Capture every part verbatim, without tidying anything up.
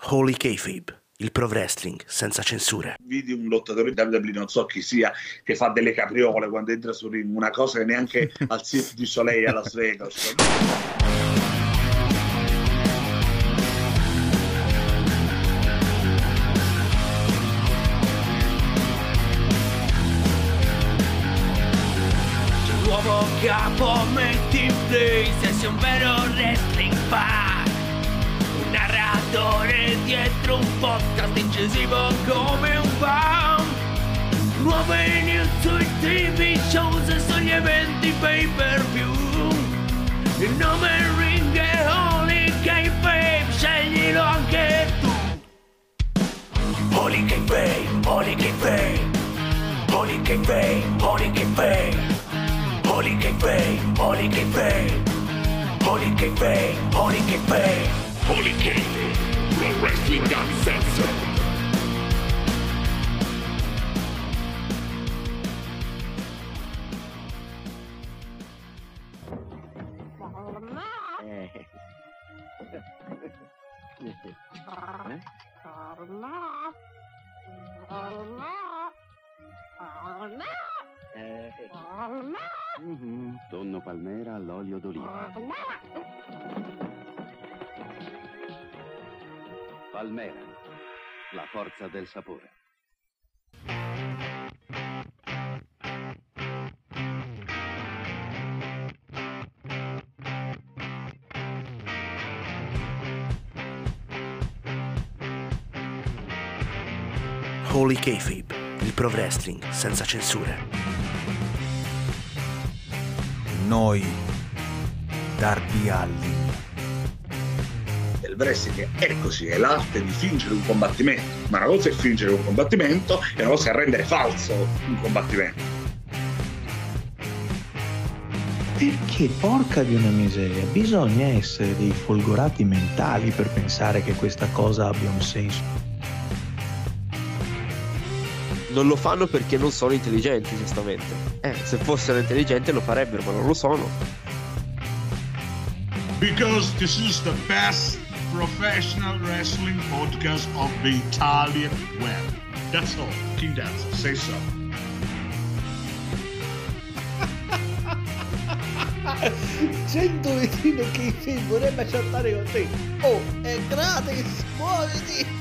Holy Kayfabe, il pro wrestling senza censure. Vidi un lottatore di W W E, non so chi sia, che fa delle capriole quando entra sul ring, una cosa che neanche al Cirque du Soleil a Las Vegas. Nuovo capo, metti in play se sei un vero wrestling fan. Un narratore dietro un podcast incisivo come un fan. Nuove news sui T V shows e sugli eventi pay per view. Il nome ring è Holy Kayfabe, sceglilo anche tu. Holy Kayfabe, Holy Kayfabe, Holy Kayfabe, Holy Kayfabe. Holy Kayfabe, Holy Kayfabe, Holy Kayfabe, Holy Kayfabe, Holy Kayfabe, Pro Wrestling Uncensored. Mm-hmm. Tonno palmera all'olio d'oliva. Palmera, la forza del sapore. Holy Kayfabe, il pro wrestling senza censure. Noi, Darby Allin. Il wrestling è così, è l'arte di fingere un combattimento, ma una cosa è fingere un combattimento e una cosa è rendere falso un combattimento. Perché, porca di una miseria, bisogna essere dei folgorati mentali per pensare che questa cosa abbia un senso. Non lo fanno perché non sono intelligenti, giustamente. Eh, se fossero intelligenti lo farebbero, ma non lo sono. Because this is the best professional wrestling podcast of the Italian web. That's all. King Dance, say so. centoventino che film vorrebbe chattare con te. Oh, è gratis, muoviti!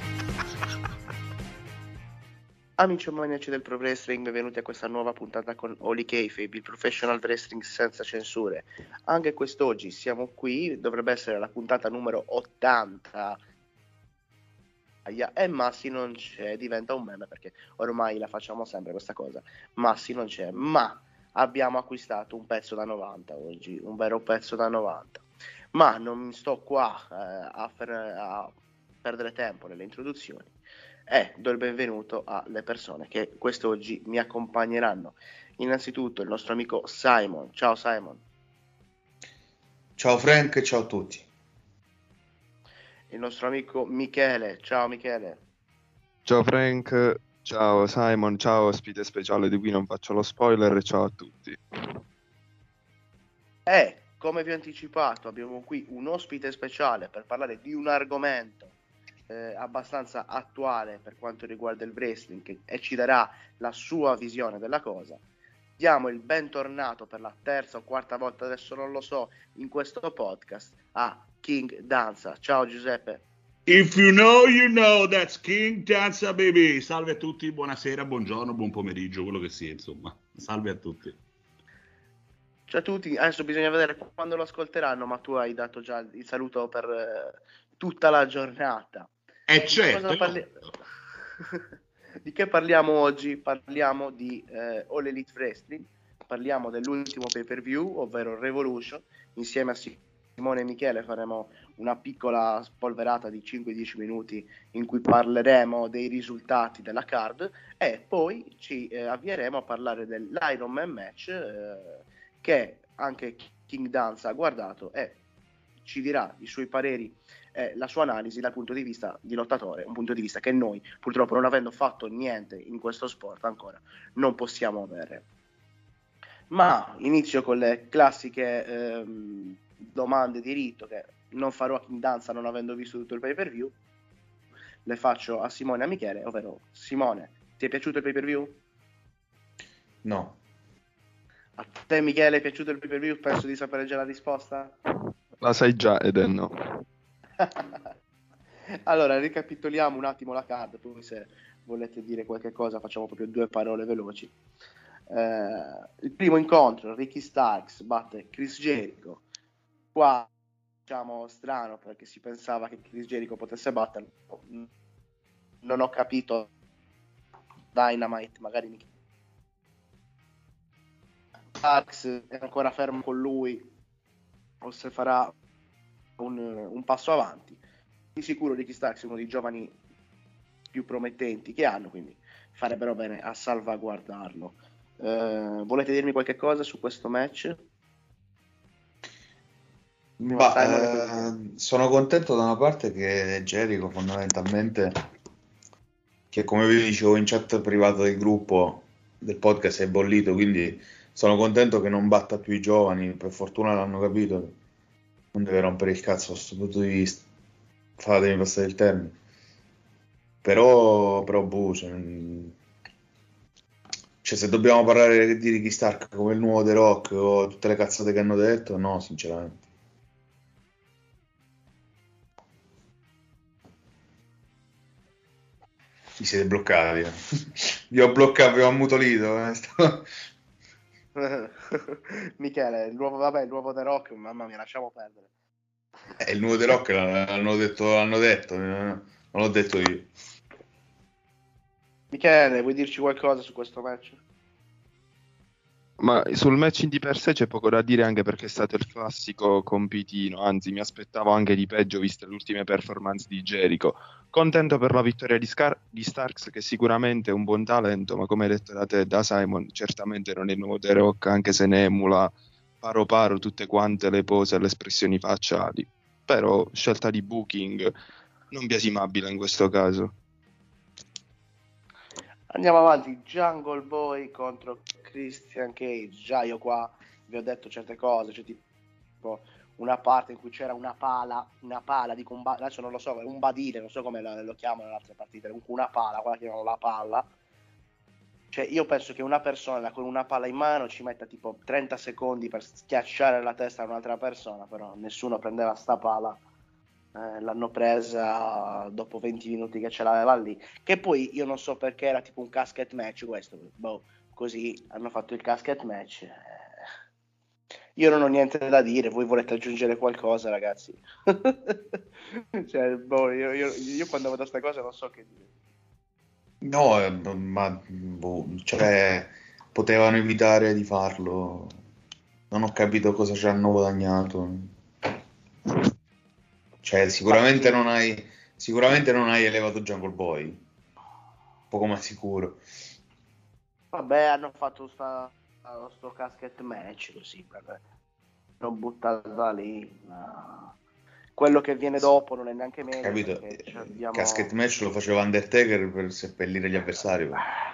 Amici e maniaci del Pro Wrestling, benvenuti a questa nuova puntata con Holy Kayfabe, il professional wrestling senza censure. Anche quest'oggi siamo qui, dovrebbe essere la puntata numero ottanta. E Massi non c'è, diventa un meme perché ormai la facciamo sempre questa cosa. Massi non c'è, ma abbiamo acquistato un pezzo da novanta oggi, un vero pezzo da novanta. Ma non mi sto qua eh, a, fer- a perdere tempo nelle introduzioni. E do il benvenuto alle persone che quest'oggi mi accompagneranno. Innanzitutto il nostro amico Simon. Ciao Simon. Ciao Frank, ciao a tutti. Il nostro amico Michele. Ciao Michele. Ciao Frank, ciao Simon, ciao ospite speciale di cui non faccio lo spoiler, ciao a tutti. E come vi ho anticipato abbiamo qui un ospite speciale per parlare di un argomento Eh, abbastanza attuale per quanto riguarda il wrestling che, e ci darà la sua visione della cosa. Diamo il bentornato per la terza o quarta volta, adesso non lo so, in questo podcast a King Danza. Ciao Giuseppe. If you know, you know, that's King Danza, baby. Salve a tutti, buonasera, buongiorno, buon pomeriggio, quello che sia, insomma. Salve a tutti. Ciao a tutti, adesso bisogna vedere quando lo ascolteranno, ma tu hai dato già il saluto per eh, tutta la giornata. Eh certo. Di, parli... di che parliamo oggi? Parliamo di eh, All Elite Wrestling, parliamo dell'ultimo pay per view, ovvero Revolution. Insieme a Simone e Michele faremo una piccola spolverata di cinque dieci minuti in cui parleremo dei risultati della card e poi ci eh, avvieremo a parlare dell'Iron Man match eh, che anche King Danza ha guardato e ci dirà i suoi pareri, eh, la sua analisi dal punto di vista di lottatore, un punto di vista che noi purtroppo non avendo fatto niente in questo sport ancora non possiamo avere. Ma inizio con le classiche ehm, domande di rito che non farò a King Danza non avendo visto tutto il pay per view. le faccio a Simone e a Michele, ovvero Simone, ti è piaciuto il pay-per-view? No. A te Michele è piaciuto il pay-per-view? Penso di sapere già la risposta. La sai già, ed è no. Allora, ricapitoliamo un attimo la card, poi se volete dire qualche cosa facciamo proprio due parole veloci. Eh, il primo incontro, Ricky Starks batte Chris Jericho. Qua diciamo strano perché si pensava che Chris Jericho potesse batterlo. Non ho capito. Dynamite, magari mi... Starks è ancora fermo con lui o se farà un, un passo avanti. Di sicuro Ricky Starks è uno dei giovani più promettenti che hanno, quindi farebbero bene a salvaguardarlo. Eh, volete dirmi qualche cosa su questo match? Bah, eh, sono contento da una parte che Jericho fondamentalmente, che come vi dicevo in chat privata del gruppo del podcast, è bollito, quindi sono contento che non batta più i giovani, per fortuna l'hanno capito, non deve rompere il cazzo da questo punto di vista, fatemi passare il termine, però, però boh, cioè, cioè se dobbiamo parlare di Ricky Stark come il nuovo The Rock o tutte le cazzate che hanno detto, no, sinceramente. Vi siete bloccati, eh. Vi ho bloccato, vi ho ammutolito. Eh. Michele, il nuovo, vabbè, il nuovo The Rock, mamma mia, lasciamo perdere. Eh, il nuovo The Rock l'hanno detto, l'hanno detto, non l'ho detto io. Michele, vuoi dirci qualcosa su questo match? Ma sul match in di per sé c'è poco da dire, anche perché è stato il classico compitino, anzi mi aspettavo anche di peggio viste le ultime performance di Jericho. Contento per la vittoria di, Scar- di Starks, che sicuramente è un buon talento, ma come detto da te, da Simon, certamente non è il nuovo The Rock, anche se ne emula paro paro tutte quante le pose e le espressioni facciali. Però scelta di booking non biasimabile in questo caso. Andiamo avanti, Jungle Boy contro Christian Cage. Già io qua vi ho detto certe cose, c'è tipo una parte in cui c'era una pala, una pala di combattimento, adesso non lo so, un badile, non so come lo, lo chiamano nelle altre partite, comunque una pala, quella che chiamano la palla. Cioè io penso che una persona con una palla in mano ci metta tipo trenta secondi per schiacciare la testa a un'altra persona, però nessuno prendeva sta pala. Eh, l'hanno presa dopo venti minuti che ce l'aveva lì, che poi io non so perché era tipo un casket match questo, boh, così hanno fatto il casket match. Eh, io non ho niente da dire, voi volete aggiungere qualcosa, ragazzi? Cioè, boh, io, io, io quando vedo queste cose non so che dire. No, eh, ma boh, cioè potevano evitare di farlo, non ho capito cosa ci hanno guadagnato. Cioè, sicuramente non hai sicuramente non hai elevato Jungle Boy, poco ma sicuro. Vabbè, hanno fatto sta, sto casket match così, vabbè. Non buttata lì. No. Quello che viene dopo non è neanche meglio. Capito? Abbiamo... Casket match lo faceva Undertaker per seppellire gli avversari.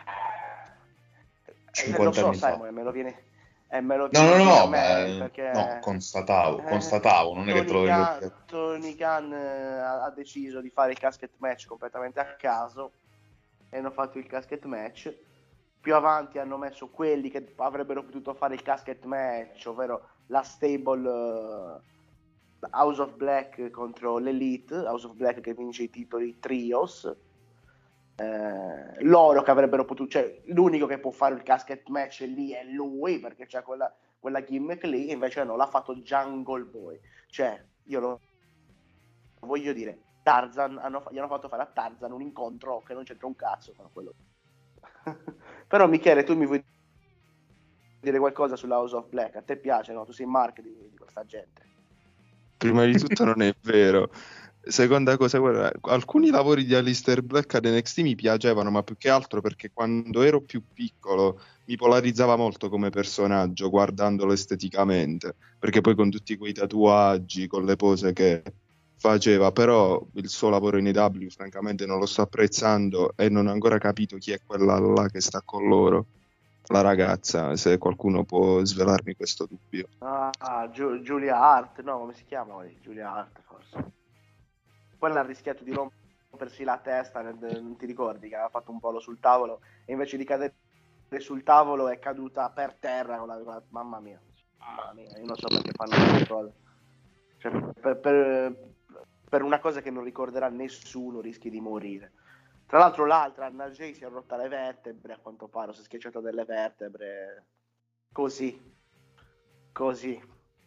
cinquanta eh, lo so, anni sai, fa. Me lo viene... Eh, me lo no, no, no, me, ma perché... no, constatavo, eh, constatavo, non è che te lo Khan, Tony Khan eh, ha deciso di fare il casket match completamente a caso e hanno fatto il casket match. Più avanti hanno messo quelli che avrebbero potuto fare il casket match, ovvero la stable uh, House of Black contro l'Elite, House of Black che vince i titoli trios. Eh, loro che avrebbero potuto, cioè l'unico che può fare il casket match lì è lui, perché c'è quella, quella gimmick lì, invece no, l'ha fatto Jungle Boy. Cioè io lo voglio dire, Tarzan hanno, gli hanno fatto fare a Tarzan un incontro che non c'entra un cazzo con quello. Però Michele, tu mi vuoi dire qualcosa sulla House of Black? A te piace, no? Tu sei Mark di, di questa gente. Prima di tutto non è vero. Seconda cosa, guarda, alcuni lavori di Aleister Black ad N X T mi piacevano, ma più che altro perché quando ero più piccolo mi polarizzava molto come personaggio, guardandolo esteticamente, perché poi con tutti quei tatuaggi, con le pose che faceva, però il suo lavoro in A E W francamente non lo sto apprezzando e non ho ancora capito chi è quella là che sta con loro, la ragazza, se qualcuno può svelarmi questo dubbio. Ah, Giu- Julia Hart, no, come si chiama? Giulia Hart forse. Quella ha rischiato di rompere rompersi la testa, non ti ricordi che aveva fatto un polo sul tavolo e invece di cadere sul tavolo è caduta per terra con la, con la... mamma mia, mamma mia, io non so perché fanno queste cose, cioè, per, per, per una cosa che non ricorderà nessuno rischi di morire. Tra l'altro l'altra, Anna Jay, si è rotta le vertebre, a quanto pare, si è schiacciata delle vertebre, così, così,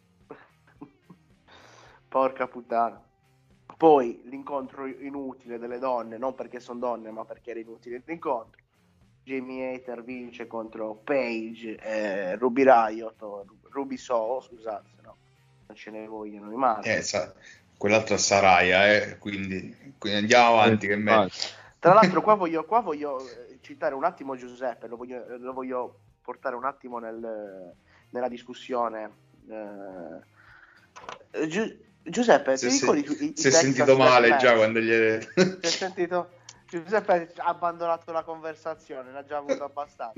porca puttana. Poi l'incontro inutile delle donne, non perché sono donne, ma perché era inutile l'incontro. Jamie Hater vince contro Paige, eh, Ruby Riot, o Ruby Soho, scusate, se no non ce ne vogliono i matti. Eh, sa- quell'altra Saraya, eh, quindi, quindi andiamo avanti, che meglio. Tra l'altro qua voglio, qua voglio citare un attimo Giuseppe, lo voglio, lo voglio portare un attimo nel, nella discussione. Eh, Gi- Giuseppe, ti ricordi i, i si è sentito male già match? Quando gli hai detto. Si è sentito... Giuseppe ha abbandonato la conversazione, ne ha già avuto abbastanza.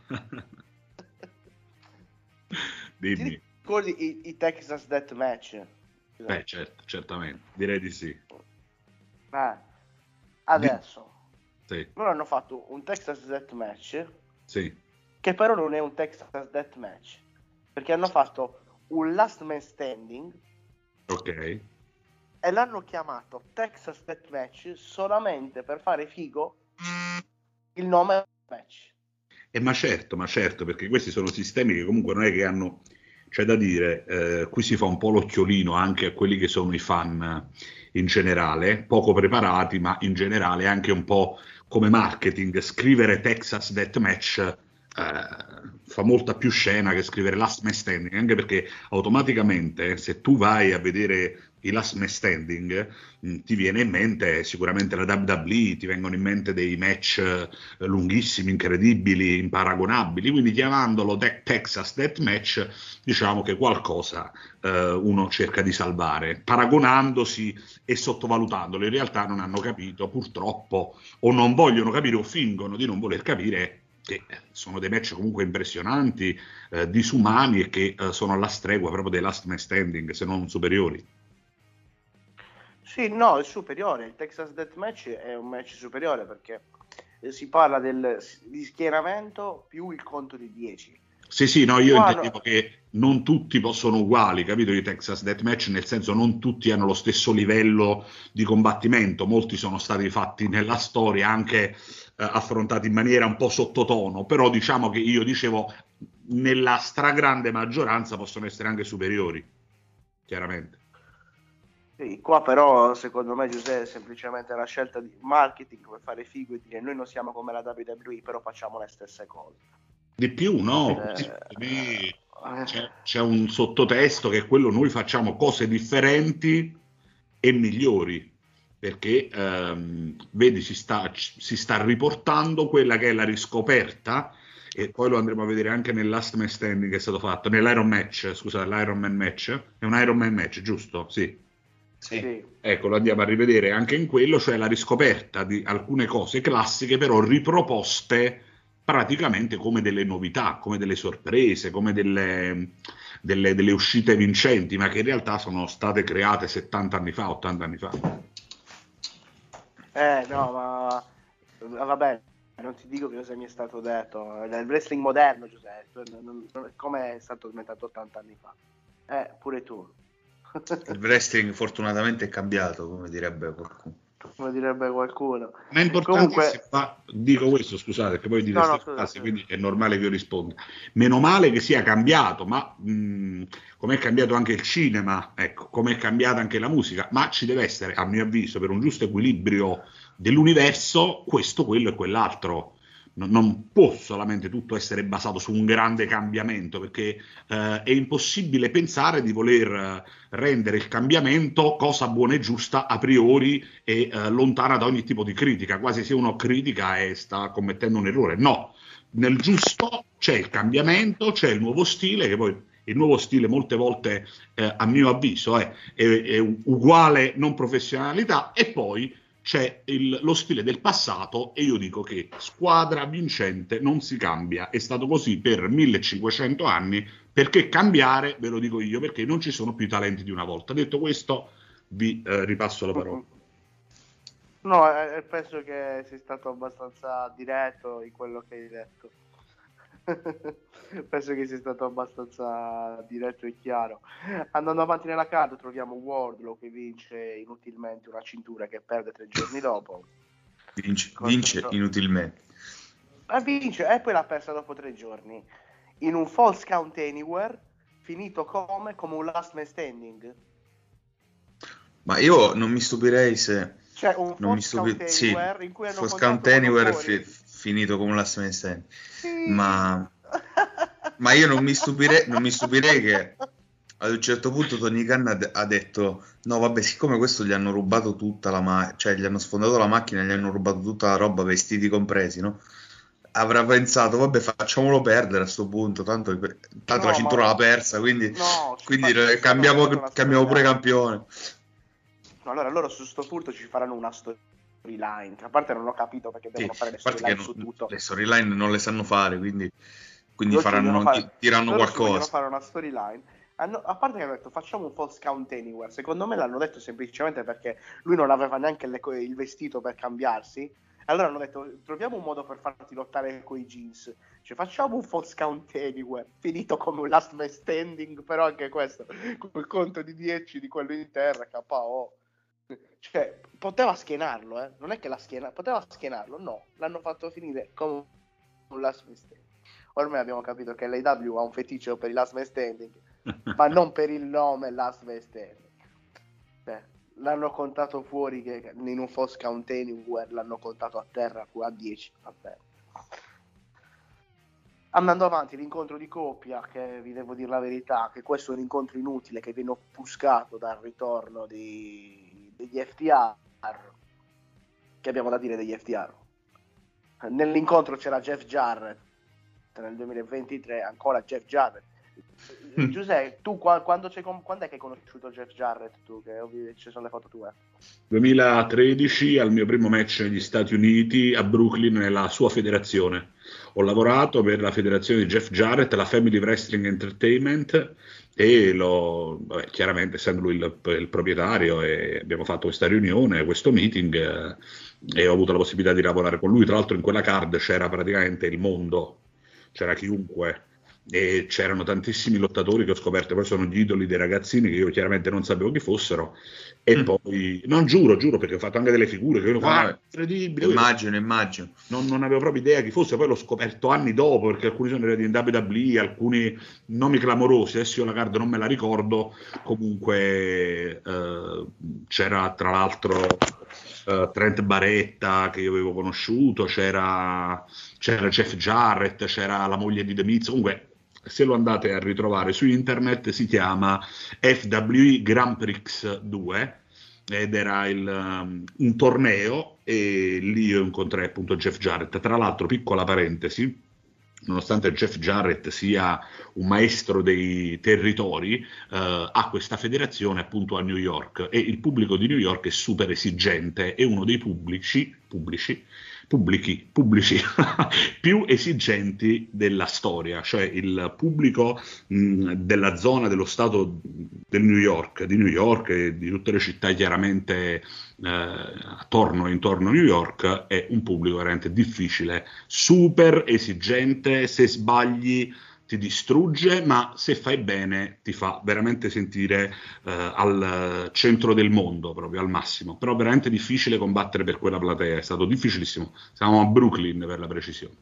Dimmi. Ti ricordi i, i Texas Deathmatch? Beh, certo, certamente, direi di sì. Eh, adesso sì. Loro hanno fatto un Texas Deathmatch, sì, che però non è un Texas Deathmatch, perché hanno fatto un Last Man Standing, ok, e l'hanno chiamato Texas Deathmatch solamente per fare figo il nome match. Eh, ma certo, ma certo, perché questi sono sistemi che comunque non è che hanno, c'è da dire, eh, qui si fa un po' l'occhiolino anche a quelli che sono i fan in generale, poco preparati, ma in generale anche un po' come marketing. Scrivere Texas Deathmatch eh, fa molta più scena che scrivere Last Man Standing, anche perché automaticamente se tu vai a vedere i Last Man Standing mh, ti viene in mente sicuramente la W W E, ti vengono in mente dei match eh, lunghissimi, incredibili, imparagonabili, quindi chiamandolo De- Texas Deathmatch diciamo che qualcosa eh, uno cerca di salvare, paragonandosi e sottovalutandolo. In realtà non hanno capito purtroppo, o non vogliono capire o fingono di non voler capire che sono dei match comunque impressionanti, eh, disumani e che eh, sono alla stregua proprio dei Last Man Standing, se non superiori. Sì, no, è superiore. Il Texas Deathmatch è un match superiore perché si parla del di schieramento più il conto di dieci. Sì, sì, no, io Qua intendevo no... che non tutti sono uguali, capito? I Texas Deathmatch, nel senso non tutti hanno lo stesso livello di combattimento, molti sono stati fatti nella storia anche eh, affrontati in maniera un po' sottotono, però diciamo che io dicevo nella stragrande maggioranza possono essere anche superiori, chiaramente. Sì, qua però secondo me Giuseppe è semplicemente la scelta di marketing per fare figo e dire noi non siamo come la W W E però facciamo le stesse cose. Di più no, eh, c'è, c'è un sottotesto che è quello: noi facciamo cose differenti e migliori, perché ehm, vedi si sta, si sta riportando quella che è la riscoperta, e poi lo andremo a vedere anche nel Last Man Standing che è stato fatto, nell'Iron Match, scusate, l'Iron Man Match, è un Iron Man Match, giusto? Sì. Sì. Ecco, lo andiamo a rivedere anche in quello, cioè la riscoperta di alcune cose classiche però riproposte praticamente come delle novità, come delle sorprese, come delle, delle, delle uscite vincenti, ma che in realtà sono state create settanta anni fa, ottanta anni fa. Eh no, ma vabbè, non ti dico che cosa mi è stato detto. Il wrestling moderno, Giuseppe, non, non, come è stato smentato ottanta anni fa. Eh, pure tu. Il wrestling fortunatamente è cambiato, come direbbe qualcuno. Come direbbe qualcuno. Ma è importante Comunque... che si fa... dico questo, scusate, che poi dite no, no, queste frasi, quindi è normale che io risponda. Meno male che sia cambiato, ma mh, come è cambiato anche il cinema, ecco, come è cambiata anche la musica, ma ci deve essere, a mio avviso, per un giusto equilibrio dell'universo, questo, quello e quell'altro. Non, non può solamente tutto essere basato su un grande cambiamento, perché eh, è impossibile pensare di voler rendere il cambiamento cosa buona e giusta a priori e eh, lontana da ogni tipo di critica, quasi se uno critica e sta commettendo un errore. No, nel giusto c'è il cambiamento, c'è il nuovo stile, che poi il nuovo stile molte volte eh, a mio avviso è, è, è uguale non professionalità, e poi c'è il, lo stile del passato, e io dico che squadra vincente non si cambia, è stato così per millecinquecento anni, perché cambiare, ve lo dico io, perché non ci sono più i talenti di una volta. Detto questo, vi eh, ripasso la parola. No, eh, penso che sei stato abbastanza diretto in quello che hai detto. Penso che sia stato abbastanza diretto e chiaro. Andando avanti nella card troviamo Wardlow che vince inutilmente una cintura che perde tre giorni dopo. Vince, vince inutilmente. E vince e poi l'ha persa dopo tre giorni in un false count anywhere, finito come come un last man standing. Ma io non mi stupirei se cioè un non mi false stupi... count sì, anywhere in cui hanno false count anywhere fi- finito come un last man standing. Sì. Ma ma io non mi stupirei non mi stupirei che ad un certo punto Tony Khan ha, de- ha detto no vabbè, siccome questo gli hanno rubato tutta la macchina, cioè gli hanno sfondato la macchina e gli hanno rubato tutta la roba, vestiti compresi, no? Avrà pensato vabbè, facciamolo perdere a sto punto, tanto, tanto No, la cintura ma- l'ha persa, quindi, No, ci quindi fa- ci cambiamo, faranno una cambiamo pure storyline. campione. Allora loro su sto punto ci faranno una storyline, che a parte non ho capito perché Sì, devono fare le a parte che storyline su non- tutto. le storyline non le sanno fare, quindi, quindi Loro ci vogliono faranno, fare- diranno loro ci vogliono qualcosa. fare una storyline. Hanno- a parte che hanno detto facciamo un false count anywhere, secondo me l'hanno detto semplicemente perché lui non aveva neanche le co- il vestito per cambiarsi. Allora hanno detto troviamo un modo per farti lottare coi jeans, cioè facciamo un false count anywhere, finito come un last man standing, però anche questo col conto di dieci di quello in terra, K O. Cioè poteva schienarlo, eh? Non è che la schiena, poteva schienarlo, no, l'hanno fatto finire come un last man standing. Ormai abbiamo capito che l'A E W ha un feticcio per il last man standing, ma non per il nome last man standing. Beh, l'hanno contato fuori che in un false count anywhere l'hanno contato a terra a dieci. Vabbè. Andando avanti, l'incontro di coppia, che vi devo dire la verità, che questo è un incontro inutile che viene offuscato dal ritorno di, degli F T R. Che abbiamo da dire degli F T R? Nell'incontro c'era Jeff Jarrett, nel duemilaventitré ancora Jeff Jarrett. Giuseppe, tu qua- quando, c'è com- quando è che hai conosciuto Jeff Jarrett? Tu che ovvi- ci sono le foto tue. duemilatredici, al mio primo match negli Stati Uniti a Brooklyn nella sua federazione. Ho lavorato per la federazione di Jeff Jarrett, la Family Wrestling Entertainment, e l'ho, vabbè, chiaramente essendo lui il, il proprietario, e abbiamo fatto questa riunione, questo meeting, eh, e ho avuto la possibilità di lavorare con lui. Tra l'altro in quella card c'era praticamente il mondo, c'era chiunque, e c'erano tantissimi lottatori che ho scoperto poi sono gli idoli dei ragazzini che io chiaramente non sapevo chi fossero, e Mm. poi non giuro giuro perché ho fatto anche delle figure che io No, ah, no, incredibile, immagino, immagino. non, non avevo proprio idea chi fosse, poi l'ho scoperto anni dopo perché alcuni sono arrivati in W W E, alcuni nomi clamorosi, adesso io la card non me la ricordo. Comunque eh, c'era tra l'altro eh, Trent Barretta che io avevo conosciuto, c'era, c'era Jeff Jarrett, c'era la moglie di The Miz. Comunque se lo andate a ritrovare su internet si chiama F W E Grand Prix due ed era il, um, un torneo, e lì io incontrai appunto Jeff Jarrett. Tra l'altro, piccola parentesi, nonostante Jeff Jarrett sia un maestro dei territori, eh, ha questa federazione appunto a New York, e il pubblico di New York è super esigente, è uno dei pubblici, pubblici pubblici, pubblici più esigenti della storia, cioè il pubblico mh, della zona dello stato del New York, di New York e di tutte le città chiaramente eh, attorno e intorno a New York, è un pubblico veramente difficile, super esigente. Se sbagli ti distrugge, ma se fai bene ti fa veramente sentire eh, al centro del mondo, proprio al massimo. Però veramente difficile combattere per quella platea, è stato difficilissimo. Siamo a Brooklyn per la precisione.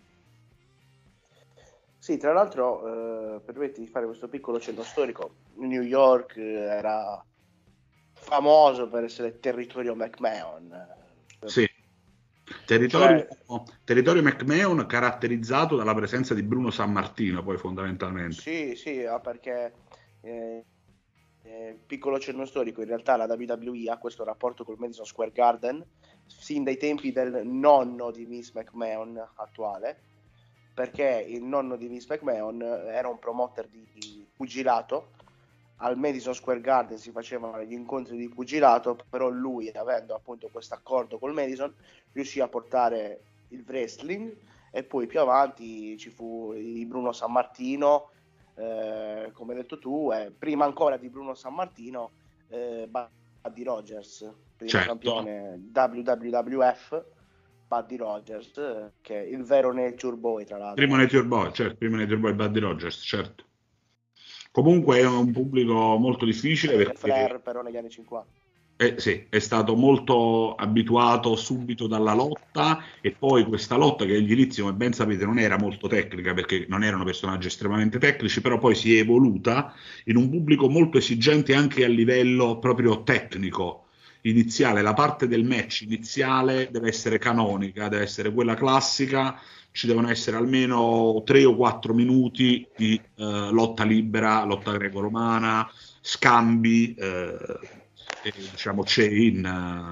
Sì, tra l'altro, eh, permetti di fare questo piccolo cenno storico. New York era famoso per essere territorio McMahon. Sì. Territorio, Cioè, territorio McMahon caratterizzato dalla presenza di Bruno Sammartino, poi fondamentalmente. Sì, sì, ah, perché eh, eh, piccolo cenno storico, in realtà la W W E ha questo rapporto col Madison Square Garden sin dai tempi del nonno di Vince McMahon attuale, perché il nonno di Vince McMahon era un promoter di, di pugilato. Al Madison Square Garden si facevano gli incontri di pugilato, però lui, avendo appunto questo accordo col Madison, riuscì a portare il wrestling, e poi più avanti ci fu di Bruno Sammartino, eh, come hai detto tu, eh, prima ancora di Bruno Sammartino, eh, Buddy Rogers, certo. campione W W F, Buddy Rogers, che è il vero Nature Boy, tra l'altro. Primo Nature Boy, certo, primo Nature Boy Buddy Rogers, certo. Comunque è un pubblico molto difficile perché Flair però negli anni cinquanta. Eh, sì, è stato molto abituato subito dalla lotta, e poi questa lotta che agli inizi, come ben sapete, non era molto tecnica perché non erano personaggi estremamente tecnici, però poi si è evoluta in un pubblico molto esigente anche a livello proprio tecnico iniziale. La parte del match iniziale deve essere canonica, deve essere quella classica, ci devono essere almeno tre o quattro minuti di eh, lotta libera, lotta greco-romana, scambi, eh, e, diciamo chain,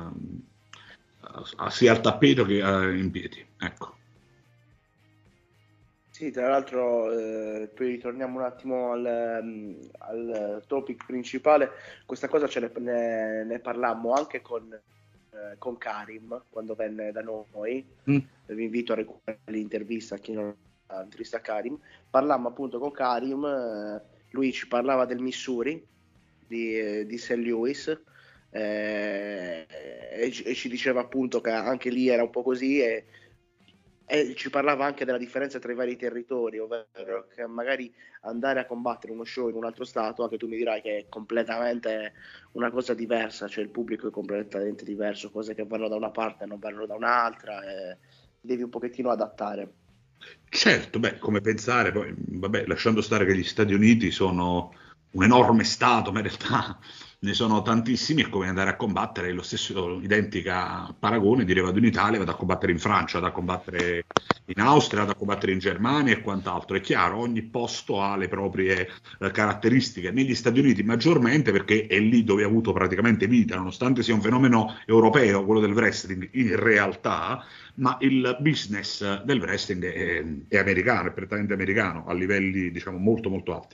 uh, sia al tappeto che uh, in piedi, ecco. Sì, tra l'altro eh, poi ritorniamo un attimo al, um, al topic principale. Questa cosa ce ne, ne, ne parlammo anche con, eh, con Karim quando venne da noi. Mm. Vi invito a recuperare l'intervista a chi non ha intervista a Karim. Parlammo appunto con Karim, eh, lui ci parlava del Missouri di, eh, di Saint Louis, eh, e, e ci diceva appunto che anche lì era un po' così, e, e ci parlava anche della differenza tra i vari territori, ovvero che magari andare a combattere uno show in un altro stato, anche tu mi dirai che è completamente una cosa diversa, cioè il pubblico è completamente diverso, cose che vanno da una parte non vanno da un'altra, e devi un pochettino adattare. Certo, beh, come pensare, poi, vabbè, lasciando stare che gli Stati Uniti sono un enorme stato, ma in realtà ne sono tantissimi, è come andare a combattere lo stesso identica paragone, dire vado in Italia, vado a combattere in Francia, vado a combattere in Austria, vado a combattere in Germania e quant'altro. È chiaro, ogni posto ha le proprie eh, caratteristiche. Negli Stati Uniti maggiormente, perché è lì dove ha avuto praticamente vita, nonostante sia un fenomeno europeo, quello del wrestling in realtà, ma il business del wrestling è, è americano, è prettamente americano, a livelli diciamo molto molto alti.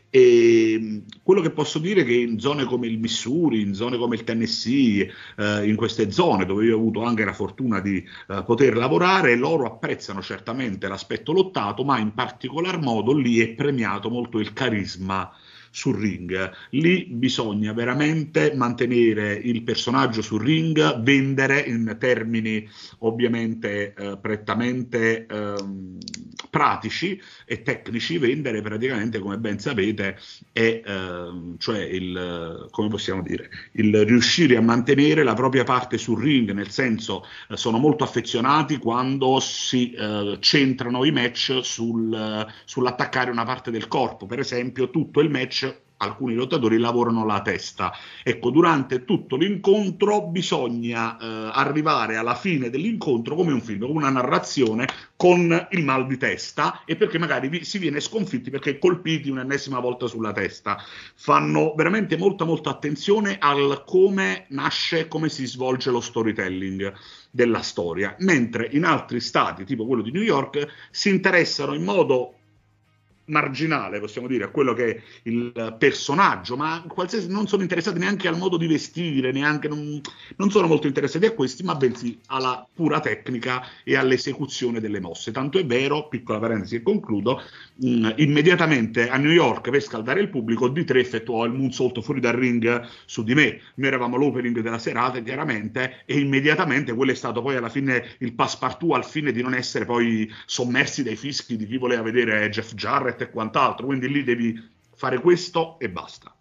E quello che posso dire è che in zone come il Missouri, in zone come il Tennessee, eh, in queste zone dove io ho avuto anche la fortuna di eh, poter lavorare, loro apprezzano certamente l'aspetto lottato, ma in particolar modo lì è premiato molto il carisma sul ring. Lì bisogna veramente mantenere il personaggio sul ring, vendere in termini ovviamente eh, prettamente eh, pratici e tecnici, vendere praticamente, come ben sapete, è eh, cioè il, come possiamo dire, il riuscire a mantenere la propria parte sul ring, nel senso eh, sono molto affezionati quando si eh, centrano i match sul, sull'attaccare una parte del corpo. Per esempio, tutto il match, alcuni lottatori lavorano la testa. Ecco, durante tutto l'incontro bisogna eh, arrivare alla fine dell'incontro come un film, come una narrazione, con il mal di testa, e perché magari vi, si viene sconfitti perché colpiti un'ennesima volta sulla testa. Fanno veramente molta molta attenzione al come nasce, come si svolge lo storytelling della storia, mentre in altri stati, tipo quello di New York, si interessano in modo marginale, possiamo dire, a quello che è il personaggio, ma qualsiasi, non sono interessati neanche al modo di vestire, neanche non, non sono molto interessati a questi, ma bensì alla pura tecnica e all'esecuzione delle mosse. Tanto è vero, piccola parentesi e concludo, mh, immediatamente a New York, per scaldare il pubblico, D tre effettuò il moonsault fuori dal ring su di me. Noi eravamo l'opening della serata, chiaramente, e immediatamente quello è stato poi alla fine il passepartout, al fine di non essere poi sommersi dai fischi di chi voleva vedere Jeff Jarrett e quant'altro. Quindi lì devi fare questo e basta.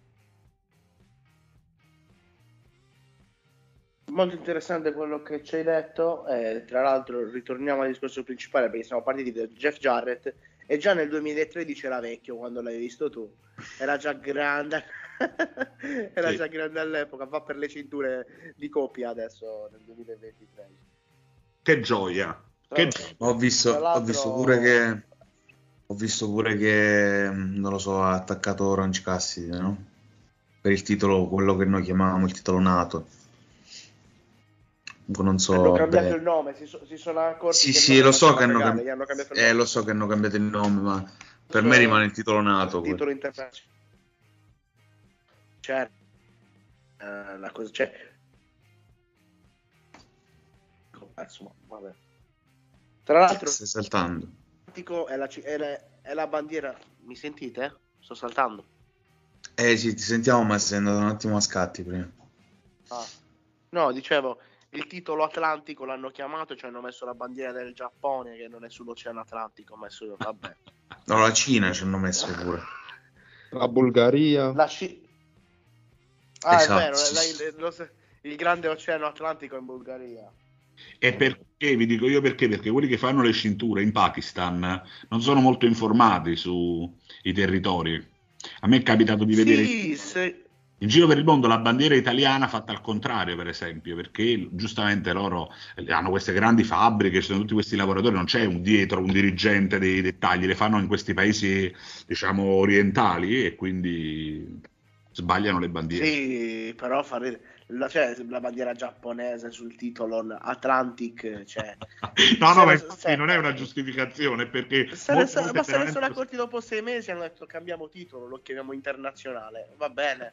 Molto interessante quello che ci hai detto, eh, tra l'altro ritorniamo al discorso principale perché siamo partiti da Jeff Jarrett, e già nel duemilatredici era vecchio quando l'hai visto tu, era già grande era sì. già grande all'epoca, va per le cinture di coppia adesso nel duemilaventitré. Che gioia, che... Ho visto, ho visto pure che Ho visto pure che, non lo so, ha attaccato Orange Cassidy, no? Per il titolo, quello che noi chiamavamo il titolo nato. Non so. Hanno cambiato beh. il nome, si, so, si sono accorti. Sì, che sì, lo so che hanno, regale, cambi- hanno cambiato il eh, nome. lo so che hanno cambiato il nome, ma per so, me rimane il titolo nato. Il titolo internazionale. Certo. Uh, la cosa c'è. Insomma, vabbè. Tra l'altro. Stai saltando. È la, è, la, è la bandiera. Mi sentite? Sto saltando. Eh sì, ti sentiamo, ma sei andato un attimo a scatti prima. Ah. No, dicevo, il titolo Atlantico l'hanno chiamato, ci hanno messo la bandiera del Giappone che non è sull'Oceano Atlantico, ha messo vabbè. No, la Cina ci hanno messo pure. La Bulgaria. La C... Ah, esatto. è vero, la, lo, il grande Oceano Atlantico in Bulgaria. E perché, vi dico io perché? Perché quelli che fanno le cinture in Pakistan non sono molto informati sui territori. A me è capitato di vedere Sì, se... in giro per il mondo la bandiera italiana fatta al contrario, per esempio, perché giustamente loro hanno queste grandi fabbriche, ci sono tutti questi lavoratori, non c'è un dietro un dirigente dei dettagli, le fanno in questi paesi, diciamo, orientali e quindi sbagliano le bandiere. Sì, però fare la, cioè, la bandiera giapponese sul titolo Atlantic, cioè... no, no, ma ne, infatti se, non è una giustificazione, perché... Se ne, sa, ma se ne veramente... sono accorti dopo sei mesi, hanno detto cambiamo titolo, lo chiamiamo internazionale, va bene.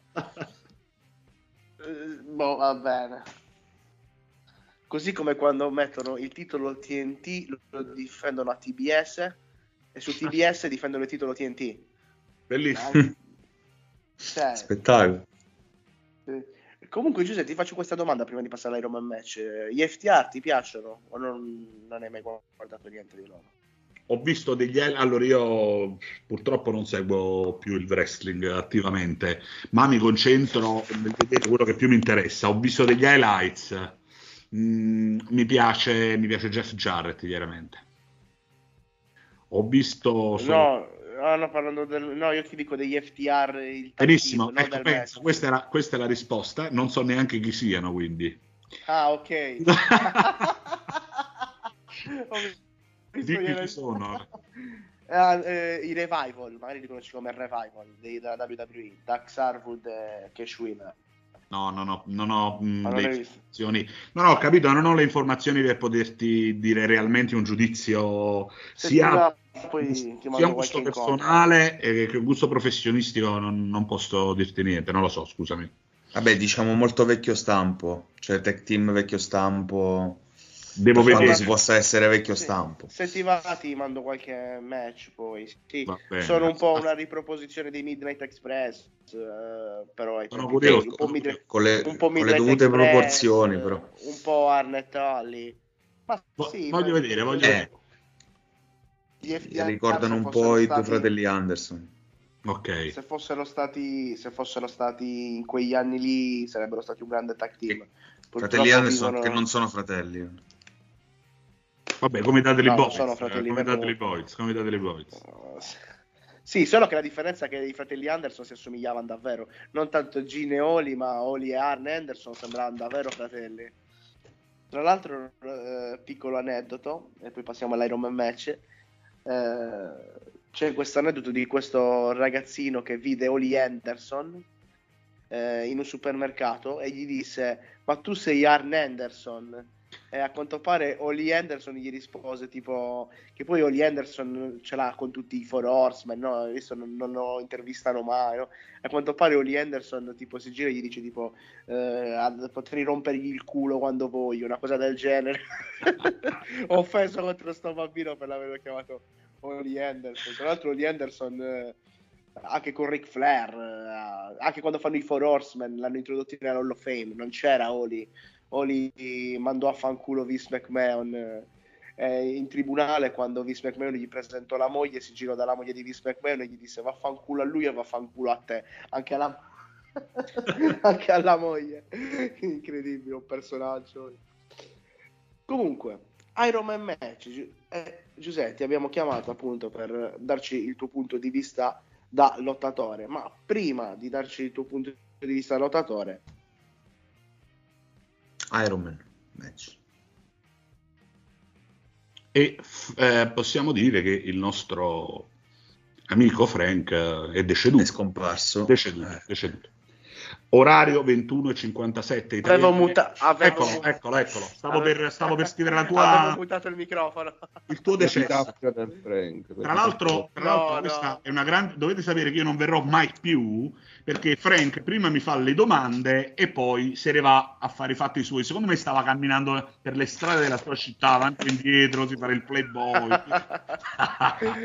uh, boh, va bene. Così come quando mettono il titolo T N T, lo difendono a T B S, e su T B S difendono il titolo T N T. Bellissimo. Cioè, spettacolo. Comunque Giuseppe, ti faccio questa domanda prima di passare all'Iron Man match. Gli F T R ti piacciono o non, non hai mai guardato niente di loro? Ho visto degli... Allora io purtroppo non seguo più il wrestling attivamente, ma mi concentro nel vedere quello che più mi interessa. Ho visto degli highlights. Mm, mi piace, mi piace Jeff Jarrett, chiaramente. Ho visto... Solo... No... Ah, no, parlando del... no, io ti dico degli F T R. Il Benissimo, team, ecco, penso, questa, è la, questa è la risposta. Non so neanche chi siano, quindi. Ah, ok. Di chi ci sono? Ah, eh, i Revival, magari li conosci come Revival dei, della W W E, Dax Harwood e Cash Wheeler. No, no, no, non ho mh, non le informazioni. No, no, ho capito, non ho le informazioni per poterti dire realmente un giudizio Se sia, va, poi ti sia un gusto personale e che un gusto professionistico. Non, non posso dirti niente, non lo so, scusami. Vabbè, diciamo molto vecchio stampo, cioè tech team vecchio stampo. Devo per vedere quanto si possa essere vecchio sì, stampo. Se ti va ti mando qualche match poi. Sì, bene, sono un po' una riproposizione dei Midnight Express, uh, però è sono curioso, un po' Midnight, con le, un po' con le dovute Express, proporzioni, però. Un po' Arnett Holly. Ma sì, voglio ma... vedere, voglio eh. vedere. Ricordano un po' i stati... due fratelli Anderson. Ok. Se fossero stati se fossero stati in quegli anni lì sarebbero stati un grande tag team. Fratelli Anderson vivono... che non sono fratelli. Vabbè, come Dudley no, Boyz, sono fratelli come Dudley molto... Boyz, come Dudley Boyz. Uh, sì, solo che la differenza è che i fratelli Anderson si assomigliavano davvero, non tanto Gene e Oli, ma Oli e Arn Anderson sembravano davvero fratelli. Tra l'altro, eh, piccolo aneddoto, e poi passiamo all'Iron Man match, eh, c'è questo aneddoto di questo ragazzino che vide Oli Anderson eh, in un supermercato e gli disse: ma tu sei Arn Anderson? E a quanto pare Oli Anderson gli rispose tipo che poi Oli Anderson ce l'ha con tutti i Four Horsemen, no? Adesso non, non lo intervistano mai, no? A quanto pare Oli Anderson tipo si gira e gli dice tipo eh, potrei rompergli il culo quando voglio, una cosa del genere. Ho offeso contro sto bambino per l'averlo chiamato Oli Anderson. Tra l'altro Oli Anderson eh, anche con Ric Flair eh, anche quando fanno i Four Horsemen l'hanno introdotto nella Hall of Fame, non c'era Oli. Oli mandò a fanculo Vince McMahon eh, in tribunale quando Vince McMahon gli presentò la moglie, si girò dalla moglie di Vince McMahon e gli disse vaffanculo a lui e vaffanculo a te, anche alla, anche alla moglie. Incredibile, un personaggio. Comunque Iron Man match, eh, Giuseppe, ti abbiamo chiamato appunto per darci il tuo punto di vista da lottatore, ma prima di darci il tuo punto di vista da lottatore, Iron Man match. E eh, possiamo dire che il nostro amico Frank è deceduto. È scomparso. Deceduto, eh. deceduto. Orario ventuno e cinquantasette. Avevo mutato. Eccolo, mut- eccolo, eccolo. Stavo, avevo... per, stavo per scrivere la tua. Avevo mutato il microfono. Il tuo decesso. Del Frank, tra l'altro, tra l'altro no, questa no. è una grande. Dovete sapere che io non verrò mai più perché Frank prima mi fa le domande e poi se ne va a fare i fatti suoi. Secondo me stava camminando per le strade della sua città, avanti e indietro, si fare il playboy.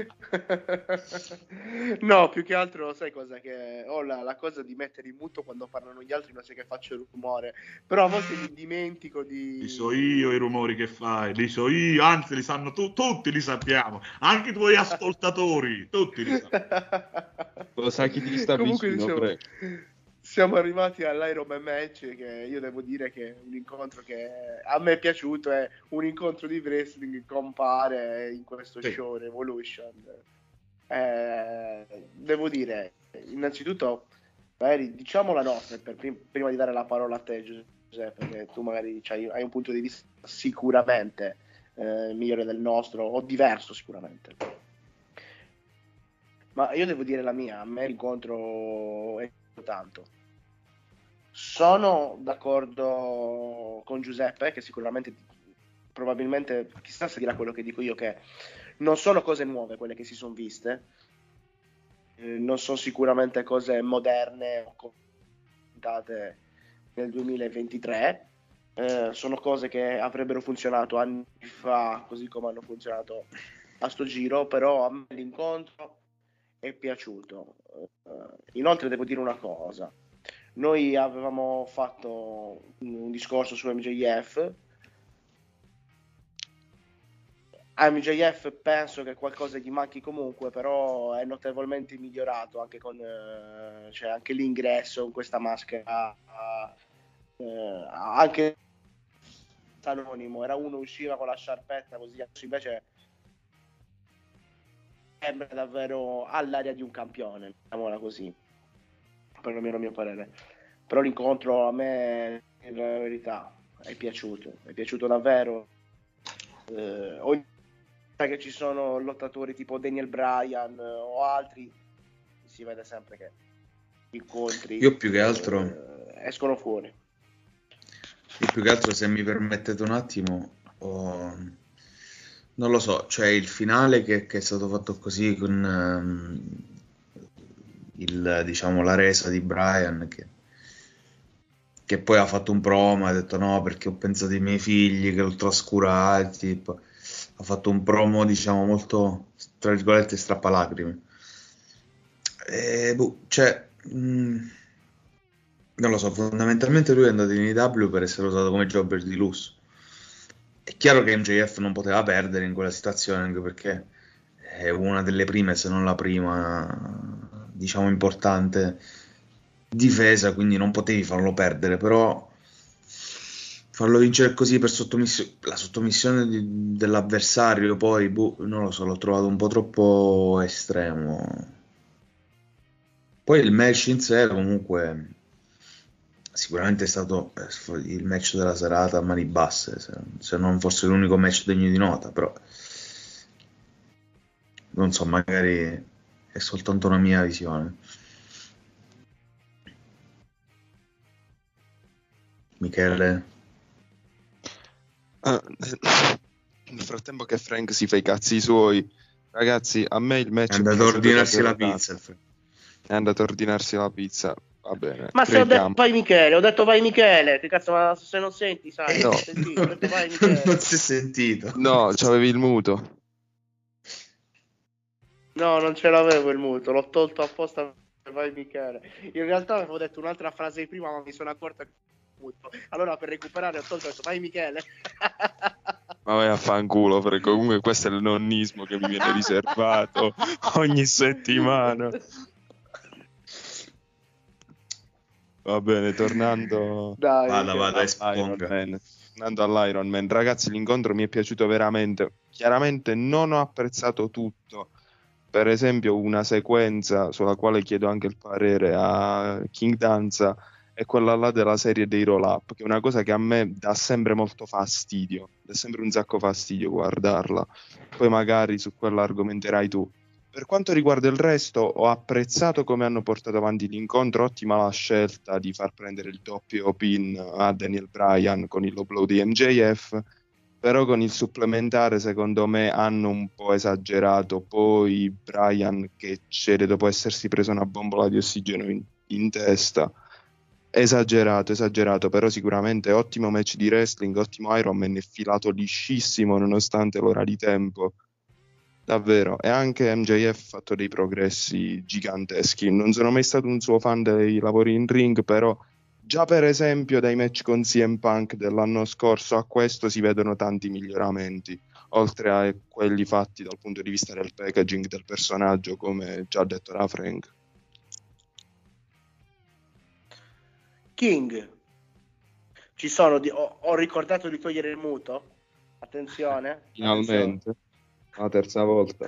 No, più che altro sai cosa che ho la, la cosa di mettere in muto quando parlo parlano gli altri, non sai che faccio il rumore, però a volte mi dimentico di... Li so io i rumori che fai, li so io, anzi li sanno tu, tutti li sappiamo, anche i tuoi ascoltatori, tutti li sanno. Lo sai chi ti sta Comunque, vicino, diciamo, prego. Siamo arrivati all'Iron Man match, che io devo dire che è un incontro che a me è piaciuto, è un incontro di wrestling che compare in questo Sì. show Revolution. Eh, devo dire, innanzitutto, magari diciamo la nostra, per prim- prima di dare la parola a te Giuseppe, perché tu magari c'hai, hai un punto di vista sicuramente eh, migliore del nostro, o diverso sicuramente. Ma io devo dire la mia, a me l'incontro è tanto. Sono d'accordo con Giuseppe, che sicuramente, probabilmente, chissà se dirà quello che dico io, che non sono cose nuove quelle che si sono viste, eh, non sono sicuramente cose moderne o commentate nel duemilaventitré, eh, sono cose che avrebbero funzionato anni fa, così come hanno funzionato a sto giro, però a me l'incontro è piaciuto. Uh, inoltre devo dire una cosa, noi avevamo fatto un discorso su M J F. A M J F penso che qualcosa gli manchi comunque, però è notevolmente migliorato anche con uh, cioè anche l'ingresso in questa maschera, uh, uh, anche anonimo, era uno usciva con la sciarpetta così, invece sembra davvero all'aria di un campione, diciamola così, perlomeno a mio parere. Però l'incontro a me, in verità, è piaciuto, è piaciuto davvero. Eh, ogni volta che ci sono lottatori tipo Daniel Bryan eh, o altri, si vede sempre che gli incontri Io più che altro eh, escono fuori. Io più che altro, se mi permettete un attimo, ho... non lo so, cioè il finale che, che è stato fatto così con um, il, diciamo, la resa di Bryan, che, che poi ha fatto un promo, ha detto no perché ho pensato ai miei figli che l'ho trascurati, tipo, ha fatto un promo, diciamo, molto, tra virgolette, strappalacrime. E, boh, cioè, mh, non lo so, fondamentalmente lui è andato in A E W per essere usato come jobber di lusso. È chiaro che M J F non poteva perdere in quella situazione, anche perché è una delle prime, se non la prima, diciamo, importante difesa, quindi non potevi farlo perdere, però farlo vincere così per sottomissione, la sottomissione di, dell'avversario, poi, boh, non lo so, l'ho trovato un po' troppo estremo. Poi il match in sé, comunque, sicuramente è stato il match della serata a mani basse, se, se non forse l'unico match degno di nota, però non so, magari è soltanto una mia visione. Michele? Ah, nel frattempo che Frank si fa i cazzi suoi, ragazzi, a me il match è andato a ordinarsi la pizza. È andato a ordinarsi la pizza. Va bene. Ma se ho detto vai Michele, ho detto vai Michele, che cazzo, ma se non senti, sai, no. non, sentito, ho detto, vai Michele. Non si è sentito. No, c'avevi il muto. No, non ce l'avevo il muto, l'ho tolto apposta per vai Michele. In realtà avevo detto un'altra frase prima, ma mi sono accorto che muto. Allora per recuperare ho tolto e ho detto vai Michele. Ma vai a fanculo, perché comunque questo è il nonnismo che mi viene riservato ogni settimana. Va bene, tornando Dai, vada, vada, all'Iron Man. Tornando all'Iron Man, ragazzi, l'incontro mi è piaciuto veramente. Chiaramente non ho apprezzato tutto. Per esempio, una sequenza sulla quale chiedo anche il parere a King Danza è quella là della serie dei roll up, che è una cosa che a me dà sempre molto fastidio, dà sempre un sacco fastidio guardarla. Poi magari su quella argomenterai tu. Per quanto riguarda il resto, ho apprezzato come hanno portato avanti l'incontro, ottima la scelta di far prendere il doppio pin a Daniel Bryan con il low blow di M J F, però con il supplementare secondo me hanno un po' esagerato. Poi Bryan che cede dopo essersi preso una bombola di ossigeno in, in testa, esagerato, esagerato, però sicuramente ottimo match di wrestling, ottimo Iron Man, è filato liscissimo nonostante l'ora di tempo. Davvero, e anche M J F ha fatto dei progressi giganteschi. Non sono mai stato un suo fan dei lavori in ring, però già per esempio dai match con C M Punk dell'anno scorso a questo si vedono tanti miglioramenti, oltre a quelli fatti dal punto di vista del packaging del personaggio, come già detto da Frank. King, ci sono di- ho, ho ricordato di togliere il muto, attenzione, Finalmente, la terza volta.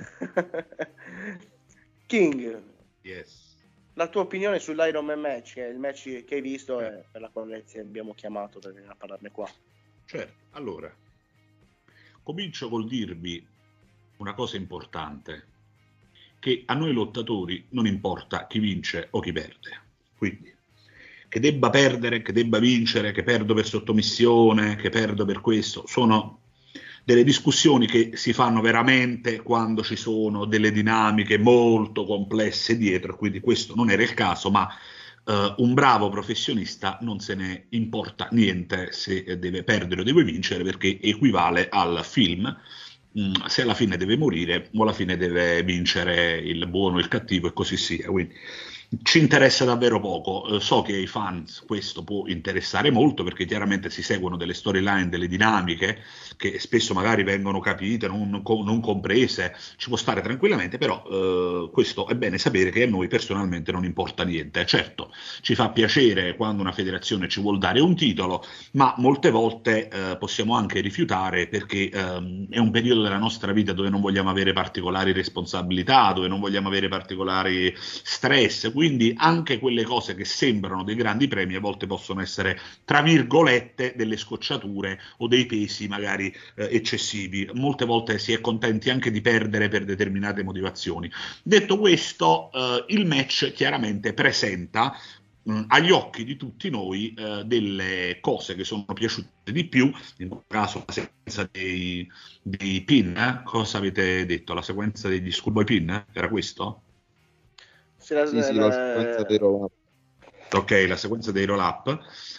King, Yes. la tua opinione sull'Iron Man match, che è il match che hai visto e per la quale ti abbiamo chiamato per venire a parlarne qua. Certo, allora, comincio col dirvi una cosa importante, che a noi lottatori non importa chi vince o chi perde, quindi che debba perdere, che debba vincere, che perdo per sottomissione, che perdo per questo, sono delle discussioni che si fanno veramente quando ci sono delle dinamiche molto complesse dietro, quindi questo non era il caso, ma uh, un bravo professionista non se ne importa niente se deve perdere o deve vincere, perché equivale al film. Mm, se alla fine deve morire o alla fine deve vincere il buono o il cattivo e così sia, quindi ci interessa davvero poco. Eh, so che ai fans questo può interessare molto, perché chiaramente si seguono delle storyline, delle dinamiche che spesso magari vengono capite, non, non comprese, ci può stare tranquillamente, però eh, questo è bene sapere che a noi personalmente non importa niente. Certo, ci fa piacere quando una federazione ci vuol dare un titolo, ma molte volte eh, possiamo anche rifiutare, perché ehm, è un periodo della nostra vita dove non vogliamo avere particolari responsabilità, dove non vogliamo avere particolari stress, quindi anche quelle cose che sembrano dei grandi premi a volte possono essere, tra virgolette, delle scocciature o dei pesi magari eh, eccessivi. Molte volte si è contenti anche di perdere per determinate motivazioni. Detto questo, eh, il match chiaramente presenta mh, agli occhi di tutti noi eh, delle cose che sono piaciute di più, in questo caso la sequenza dei, dei pin, eh? Cosa avete detto? La sequenza degli schoolboy pin? Eh? Era questo? Sì, la, Sì, sì, la- la sequenza dei roll up. Ok, la sequenza dei roll up.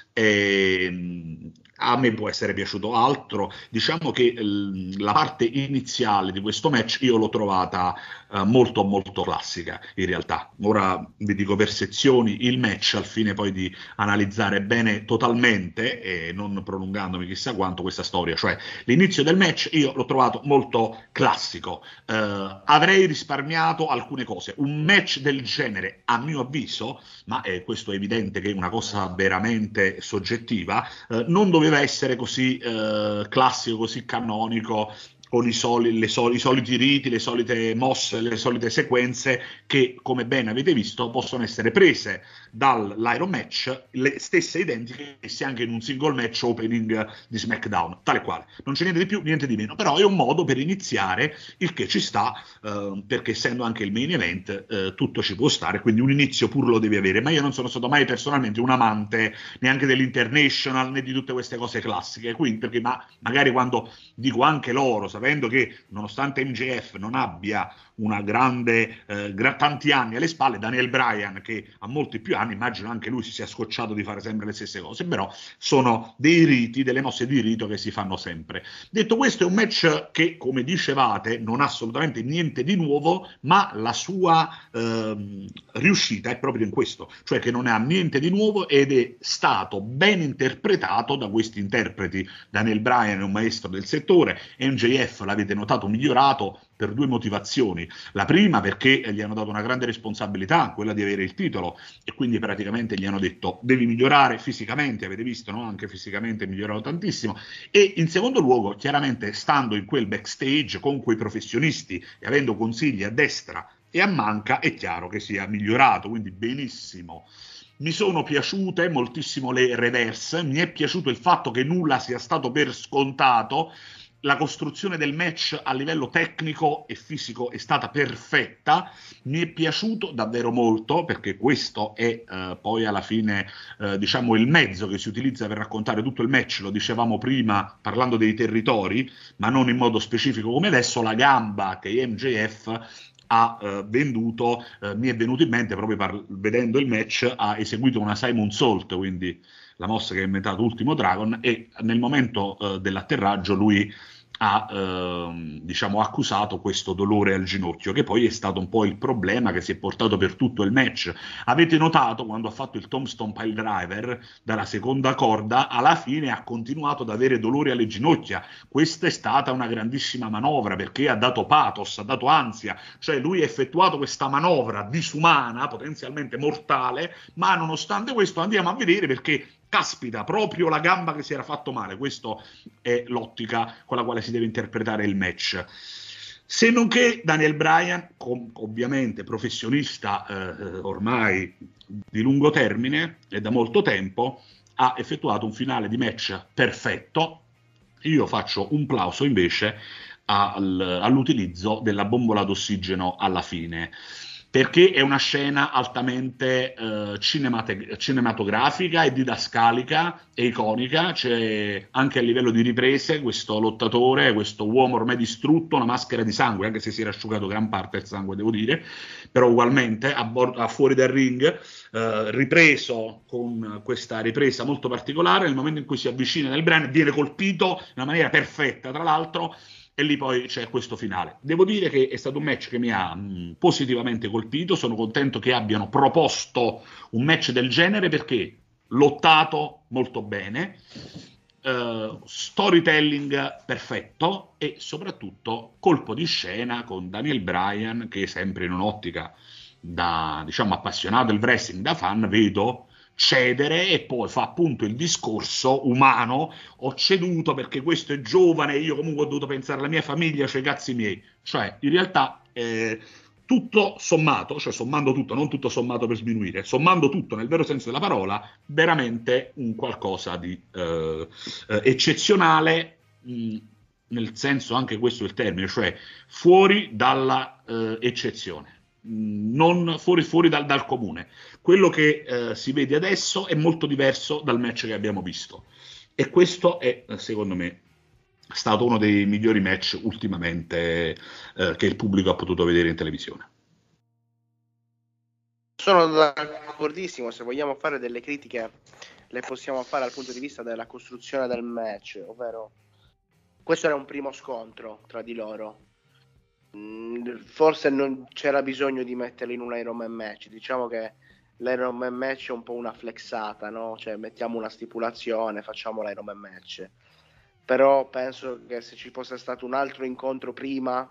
E, a me può essere piaciuto altro. Diciamo che l- la parte iniziale di questo match io l'ho trovata eh, molto molto classica in realtà. Ora vi dico per sezioni il match, al fine poi di analizzare bene totalmente e non prolungandomi chissà quanto questa storia. Cioè, l'inizio del match io l'ho trovato molto classico. Eh, avrei risparmiato alcune cose. Un match del genere, a mio avviso, ma eh, questo è evidente che è una cosa veramente soggettiva, eh, non doveva essere così eh, classico, così canonico, con i, soli, le soli, i soliti riti, le solite mosse, le solite sequenze che, come ben avete visto, possono essere prese dall'Iron Match, le stesse identiche messe anche in un single match opening di SmackDown, tale quale. Non c'è niente di più, niente di meno, però è un modo per iniziare, il che ci sta, eh, perché essendo anche il main event, eh, tutto ci può stare, quindi un inizio pur lo devi avere, ma io non sono stato mai personalmente un amante neanche dell'International né di tutte queste cose classiche, quindi perché ma, magari quando dico anche loro, sapendo che nonostante M J F non abbia una grande eh, gra- tanti anni alle spalle, Daniel Bryan che ha molti più anni, immagino anche lui si sia scocciato di fare sempre le stesse cose, però sono dei riti, delle mosse di rito che si fanno sempre. Detto questo, è un match che, come dicevate, non ha assolutamente niente di nuovo, ma la sua ehm, riuscita è proprio in questo, cioè che non ha niente di nuovo ed è stato ben interpretato da questi interpreti. Daniel Bryan è un maestro del settore, M J F l'avete notato migliorato per due motivazioni. La prima perché gli hanno dato una grande responsabilità, quella di avere il titolo, e quindi praticamente gli hanno detto devi migliorare fisicamente, avete visto, no? Anche fisicamente migliorato tantissimo. E in secondo luogo, chiaramente stando in quel backstage con quei professionisti e avendo consigli a destra e a manca, è chiaro che sia migliorato, quindi benissimo. Mi sono piaciute moltissimo le reverse, mi è piaciuto il fatto che nulla sia stato per scontato. La costruzione del match a livello tecnico e fisico è stata perfetta, mi è piaciuto davvero molto, perché questo è eh, poi alla fine eh, diciamo il mezzo che si utilizza per raccontare tutto il match. Lo dicevamo prima parlando dei territori, ma non in modo specifico come adesso. La gamba che M J F ha eh, venduto, eh, mi è venuto in mente proprio par- vedendo il match, ha eseguito una Simon Sault, quindi la mossa che ha inventato Ultimo Dragon, e nel momento eh, dell'atterraggio lui ha ehm, diciamo accusato questo dolore al ginocchio, che poi è stato un po' il problema che si è portato per tutto il match. Avete notato quando ha fatto il Tombstone Piledriver dalla seconda corda, alla fine ha continuato ad avere dolori alle ginocchia. Questa è stata una grandissima manovra, perché ha dato pathos, ha dato ansia, cioè lui ha effettuato questa manovra disumana, potenzialmente mortale, ma nonostante questo andiamo a vedere perché caspita, proprio la gamba che si era fatto male. Questa è l'ottica con la quale si deve interpretare il match. Se non che Daniel Bryan, com- ovviamente professionista eh, ormai di lungo termine e da molto tempo, ha effettuato un finale di match perfetto. Io faccio un plauso invece al- all'utilizzo della bombola d'ossigeno alla fine, perché è una scena altamente eh, cinemate- cinematografica e didascalica e iconica. C'è anche a livello di riprese questo lottatore, questo uomo ormai distrutto, una maschera di sangue, anche se si era asciugato gran parte del sangue, devo dire, però ugualmente a, bord- a fuori dal ring, eh, ripreso con questa ripresa molto particolare. Nel momento in cui si avvicina nel brand viene colpito in una maniera perfetta, tra l'altro, e lì poi c'è questo finale. Devo dire che è stato un match che mi ha mh, positivamente colpito. Sono contento che abbiano proposto un match del genere, perché lottato molto bene, uh, storytelling perfetto e soprattutto colpo di scena con Daniel Bryan, che sempre in un'ottica da, diciamo, appassionato del wrestling, da fan, vedo cedere e poi fa appunto il discorso umano: ho ceduto perché questo è giovane, io comunque ho dovuto pensare alla mia famiglia, cioè i cazzi miei. Cioè in realtà eh, tutto sommato, cioè sommando tutto, non tutto sommato per sminuire, sommando tutto nel vero senso della parola, veramente un qualcosa di eh, eh, eccezionale, mh, nel senso anche questo è il termine, cioè fuori dalla eh, eccezione, non fuori, fuori dal, dal comune. Quello che eh, si vede adesso è molto diverso dal match che abbiamo visto, e questo è, secondo me, stato uno dei migliori match ultimamente eh, che il pubblico ha potuto vedere in televisione. Sono d'accordissimo. Se vogliamo fare delle critiche, le possiamo fare dal punto di vista della costruzione del match, ovvero questo era un primo scontro tra di loro. Forse non c'era bisogno di metterli in un Iron Man match. Diciamo che l'Iron Man match è un po' una flexata, no? Cioè mettiamo una stipulazione, facciamo l'Iron Man match. Però penso che se ci fosse stato un altro incontro prima,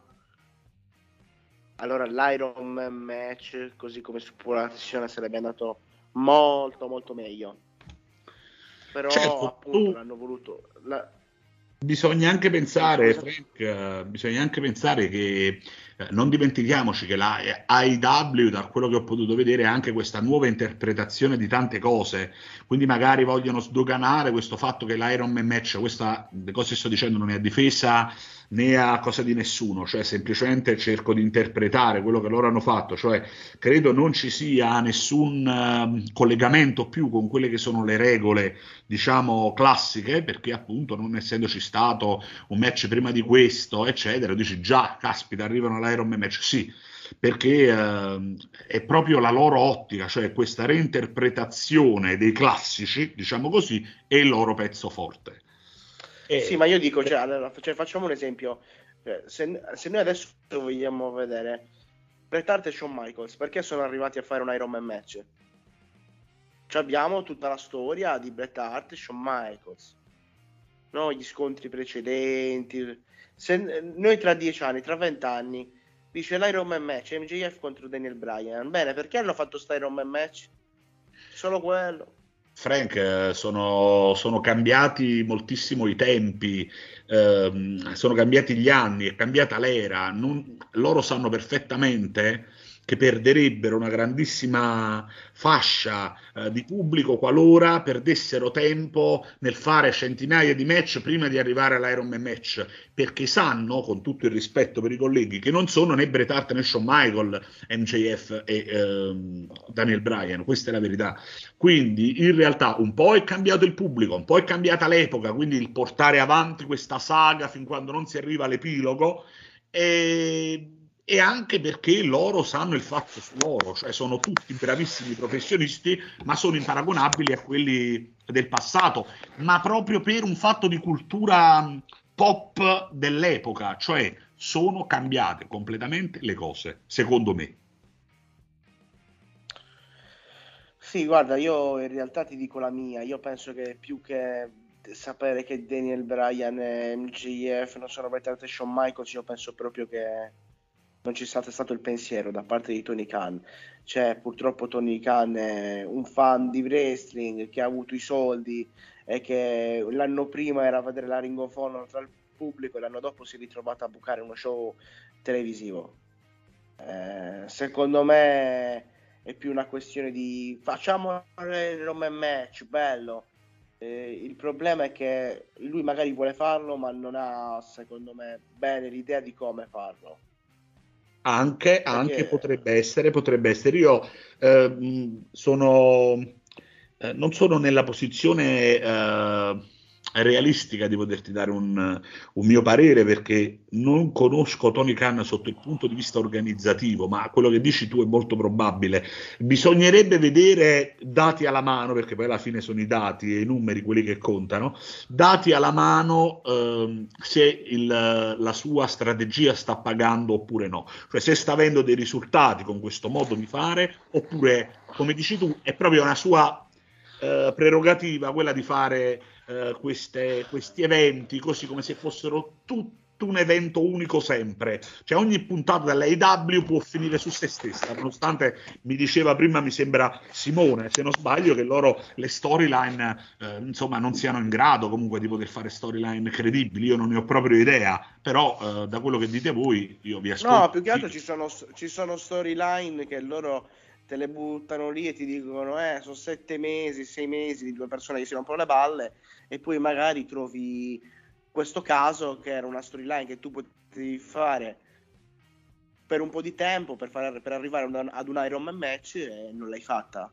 allora l'Iron Man match, così come stipulazione, sarebbe andato molto molto meglio. Però certo, appunto tu... l'hanno voluto la... Bisogna anche pensare, Frank, uh, bisogna anche pensare che uh, non dimentichiamoci che la A E W, da quello che ho potuto vedere, ha anche questa nuova interpretazione di tante cose, quindi magari vogliono sdoganare questo fatto che l'Iron Man match, questa, le cose che sto dicendo non è a difesa né a cosa di nessuno, cioè semplicemente cerco di interpretare quello che loro hanno fatto, cioè credo non ci sia nessun uh, collegamento più con quelle che sono le regole, diciamo, classiche, perché appunto non essendoci stato un match prima di questo, eccetera, dici già, caspita, arrivano all'Iron Man match, sì, perché uh, è proprio la loro ottica, cioè questa reinterpretazione dei classici, diciamo così, è il loro pezzo forte. Eh, sì, ma io dico, cioè, allora, cioè, facciamo un esempio. Se, se noi adesso vogliamo vedere Bret Hart e Shawn Michaels, perché sono arrivati a fare un Iron Man match? Cioè, abbiamo tutta la storia di Bret Hart e Shawn Michaels, no? Gli scontri precedenti. Se noi tra dieci anni, tra venti anni, dice l'Iron Man match M J F contro Daniel Bryan, bene, perché hanno fatto sta Iron Man match? Solo quello. Frank, sono, sono cambiati moltissimo i tempi, ehm, sono cambiati gli anni, è cambiata l'era. Non, loro sanno perfettamente che perderebbero una grandissima fascia eh, di pubblico qualora perdessero tempo nel fare centinaia di match prima di arrivare all'Iron Man match, perché sanno, con tutto il rispetto per i colleghi, che non sono né Bret Hart né Shawn Michaels, M J F e ehm, Daniel Bryan, questa è la verità. Quindi in realtà un po' è cambiato il pubblico, un po' è cambiata l'epoca, quindi il portare avanti questa saga fin quando non si arriva all'epilogo, e e anche perché loro sanno il fatto su loro, cioè sono tutti bravissimi professionisti, ma sono imparagonabili a quelli del passato, ma proprio per un fatto di cultura pop dell'epoca, cioè sono cambiate completamente le cose, secondo me. Sì, guarda, io in realtà ti dico la mia, io penso che più che sapere che Daniel Bryan e M J F non sono veramente Shawn Michaels, io penso proprio che non ci sia stato il pensiero da parte di Tony Khan. Cioè, purtroppo Tony Khan è un fan di wrestling che ha avuto i soldi e che l'anno prima era a vedere la Ring of Honor tra il pubblico e l'anno dopo si è ritrovato a bucare uno show televisivo. Eh, secondo me è più una questione di facciamo il Roman match, bello. Eh, il problema è che lui magari vuole farlo, ma non ha, secondo me, bene l'idea di come farlo. Anche, anche potrebbe essere, potrebbe essere. Io eh, sono, eh, non sono nella posizione eh, realistica di poterti dare un, un mio parere, perché non conosco Tony Khan sotto il punto di vista organizzativo, ma quello che dici tu è molto probabile. Bisognerebbe vedere dati alla mano, perché poi alla fine sono i dati e i numeri quelli che contano, dati alla mano ehm, se il, la sua strategia sta pagando oppure no, cioè se sta avendo dei risultati con questo modo di fare, oppure, come dici tu, è proprio una sua eh, prerogativa quella di fare Uh, queste, questi eventi così come se fossero tutto un evento unico sempre, cioè ogni puntata dell'A E W può finire su se stessa, nonostante mi diceva prima, mi sembra Simone, se non sbaglio, che loro le storyline uh, insomma non siano in grado comunque di poter fare storyline credibili. Io non ne ho proprio idea, però uh, da quello che dite voi io vi ascolto. No, più che altro ci sono, ci sono storyline che loro te le buttano lì e ti dicono eh sono sette mesi, sei mesi di due persone che si rompono le balle, e poi magari trovi questo caso che era una storyline che tu potevi fare per un po' di tempo per, fare, per arrivare ad un Iron Man match e non l'hai fatta.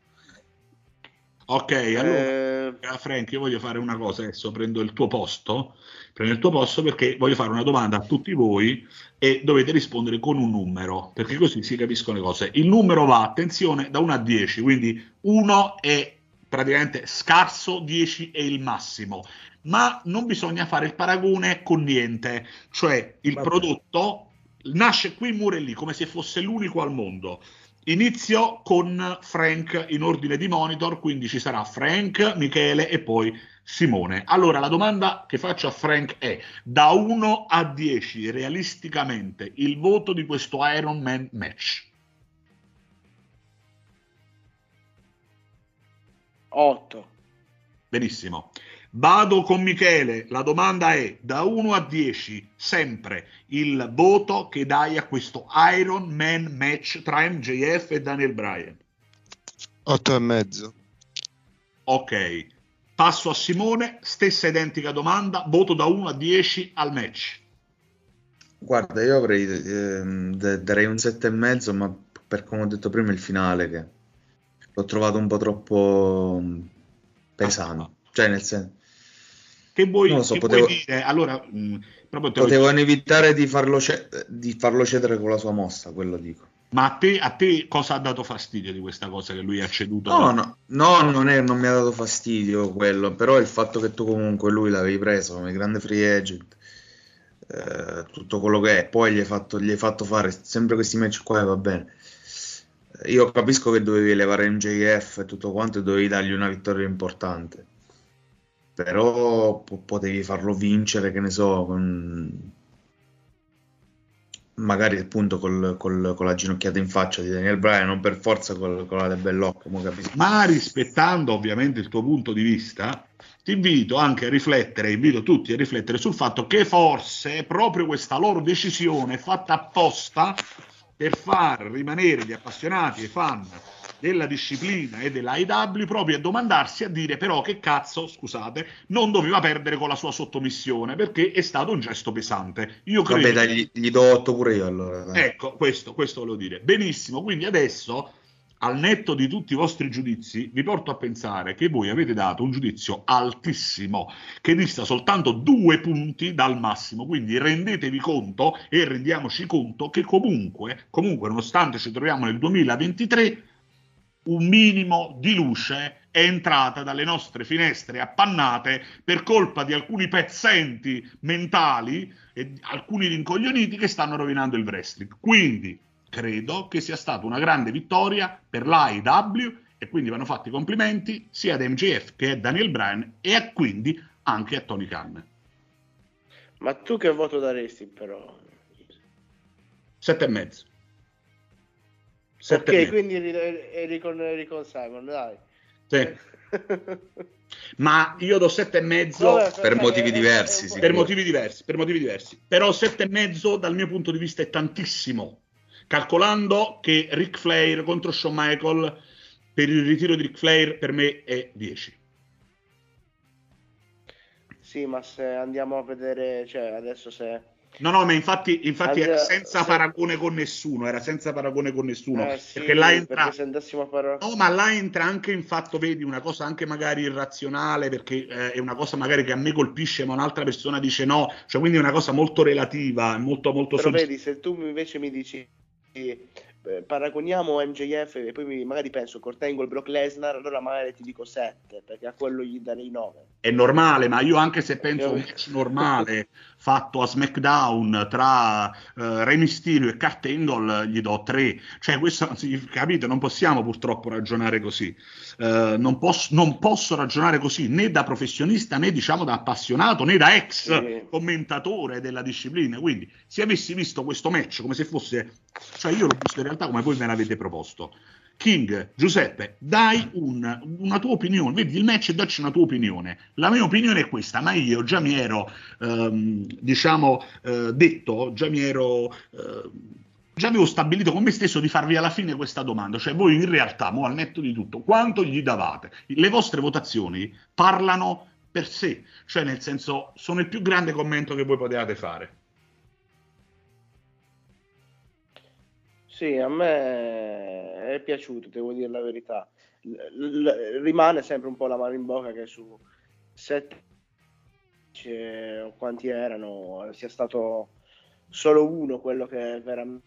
Ok, allora eh... Frank, io voglio fare una cosa adesso, prendo il tuo posto, prendo il tuo posto perché voglio fare una domanda a tutti voi e dovete rispondere con un numero, perché così si capiscono le cose. Il numero va, attenzione, da uno a dieci, quindi uno è praticamente scarso, dieci è il massimo, ma non bisogna fare il paragone con niente, cioè il Vabbè. prodotto nasce qui, muore lì, come se fosse l'unico al mondo. Inizio con Frank in ordine di monitor, quindi ci sarà Frank, Michele e poi Simone. Allora la domanda che faccio a Frank è: da uno a dieci realisticamente il voto di questo Iron Man match? otto. Benissimo. Vado con Michele, la domanda è: da uno a dieci sempre il voto che dai a questo Iron Man match tra M J F e Daniel Bryan? otto e mezzo. Ok, passo a Simone, stessa identica domanda, voto da uno a dieci al match. Guarda, io avrei eh, darei un sette e mezzo, ma per come ho detto prima il finale che l'ho trovato un po' troppo pesante, ah, cioè nel senso che vuoi, non so, che potevo, vuoi dire? Allora, mh, proprio te potevano evitare di farlo, ce- di farlo cedere con la sua mossa, quello dico. Ma a te, a te cosa ha dato fastidio di questa cosa che lui ha ceduto? No, no, no, non, è, non mi ha dato fastidio quello, però il fatto che tu comunque lui l'avevi preso come grande free agent, eh, tutto quello che è, poi gli hai fatto, gli hai fatto fare sempre questi match qua e va bene. Io capisco che dovevi elevare M J F e tutto quanto e dovevi dargli una vittoria importante, però po- potevi farlo vincere, che ne so, con... magari appunto col, col, con la ginocchiata in faccia di Daniel Bryan, non per forza col, con la del Belloc, ma rispettando ovviamente il tuo punto di vista, ti invito anche a riflettere, invito tutti a riflettere sul fatto che forse proprio questa loro decisione è fatta apposta per far rimanere gli appassionati e fan della disciplina e della A E W proprio a domandarsi, a dire però che cazzo, scusate, non doveva perdere con la sua sottomissione, perché è stato un gesto pesante. Io credo. Vabbè, dai, gli, gli do otto pure io allora. Dai. Ecco, questo, questo volevo dire. Benissimo, quindi adesso, al netto di tutti i vostri giudizi, vi porto a pensare che voi avete dato un giudizio altissimo, che dista soltanto due punti dal massimo, quindi rendetevi conto e rendiamoci conto che comunque, comunque nonostante ci troviamo nel duemilaventitré, un minimo di luce è entrata dalle nostre finestre appannate per colpa di alcuni pezzenti mentali e alcuni rincoglioniti che stanno rovinando il wrestling. Quindi credo che sia stata una grande vittoria per l'A E W e quindi vanno fatti i complimenti sia ad M J F che a Daniel Bryan e a, quindi anche a Tony Khan. Ma tu che voto daresti però? Sette e mezzo. Sette ok, mezzo. Quindi eri, eri, con, eri con Simon, dai. Sì. Ma io do sette e mezzo no, per, per motivi diversi, sì. Per motivi diversi, per motivi diversi. Però sette e mezzo dal mio punto di vista è tantissimo, calcolando che Ric Flair contro Shawn Michaels, per il ritiro di Ric Flair per me è dieci. Sì, ma se andiamo a vedere, cioè adesso se No, no, ma infatti, infatti era senza se... paragone con nessuno, era senza paragone con nessuno, eh, sì, perché là entra... perché se andassimo a parlare... No, ma là entra anche in fatto, vedi, una cosa anche magari irrazionale, perché eh, è una cosa magari che a me colpisce, ma un'altra persona dice no, cioè quindi è una cosa molto relativa, molto, molto... Però sogge... vedi, se tu invece mi dici... Eh, paragoniamo M J F e poi mi, magari penso Kurt Angle, Brock Lesnar, allora magari ti dico sette, perché a quello gli darei nove. È normale, ma io anche se penso a un match normale fatto a SmackDown tra uh, Rey Mysterio e Kurt Angle gli do tre, cioè questo, capite, non possiamo purtroppo ragionare così, uh, non, posso, non posso ragionare così né da professionista né diciamo da appassionato né da ex sì. commentatore della disciplina, quindi se avessi visto questo match come se fosse, cioè io l'ho visto in realtà come voi me l'avete proposto. King, Giuseppe, dai un, una tua opinione, vedi il match e dacci una tua opinione. La mia opinione è questa, ma io già mi ero, ehm, diciamo, eh, detto, già mi ero, eh, già avevo stabilito con me stesso di farvi alla fine questa domanda, cioè voi in realtà, mo al netto di tutto, quanto gli davate? Le vostre votazioni parlano per sé, cioè nel senso, sono il più grande commento che voi potevate fare. Sì, a me è piaciuto, devo dire la verità. L- l- rimane sempre un po' la mano in bocca che su sette o quanti erano sia stato solo uno quello che veramente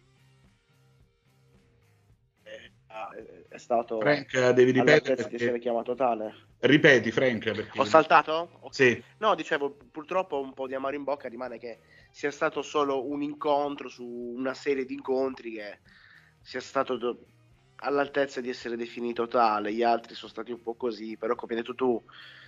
è stato Frank, devi ripetere perché... di essere chiamato tale. Ripeti Frank perché... Ho saltato? Okay. Sì. No, dicevo, purtroppo un po' di amaro in bocca rimane che sia stato solo un incontro su una serie di incontri che sia stato do- all'altezza di essere definito tale. Gli altri sono stati un po' così, però come hai detto tu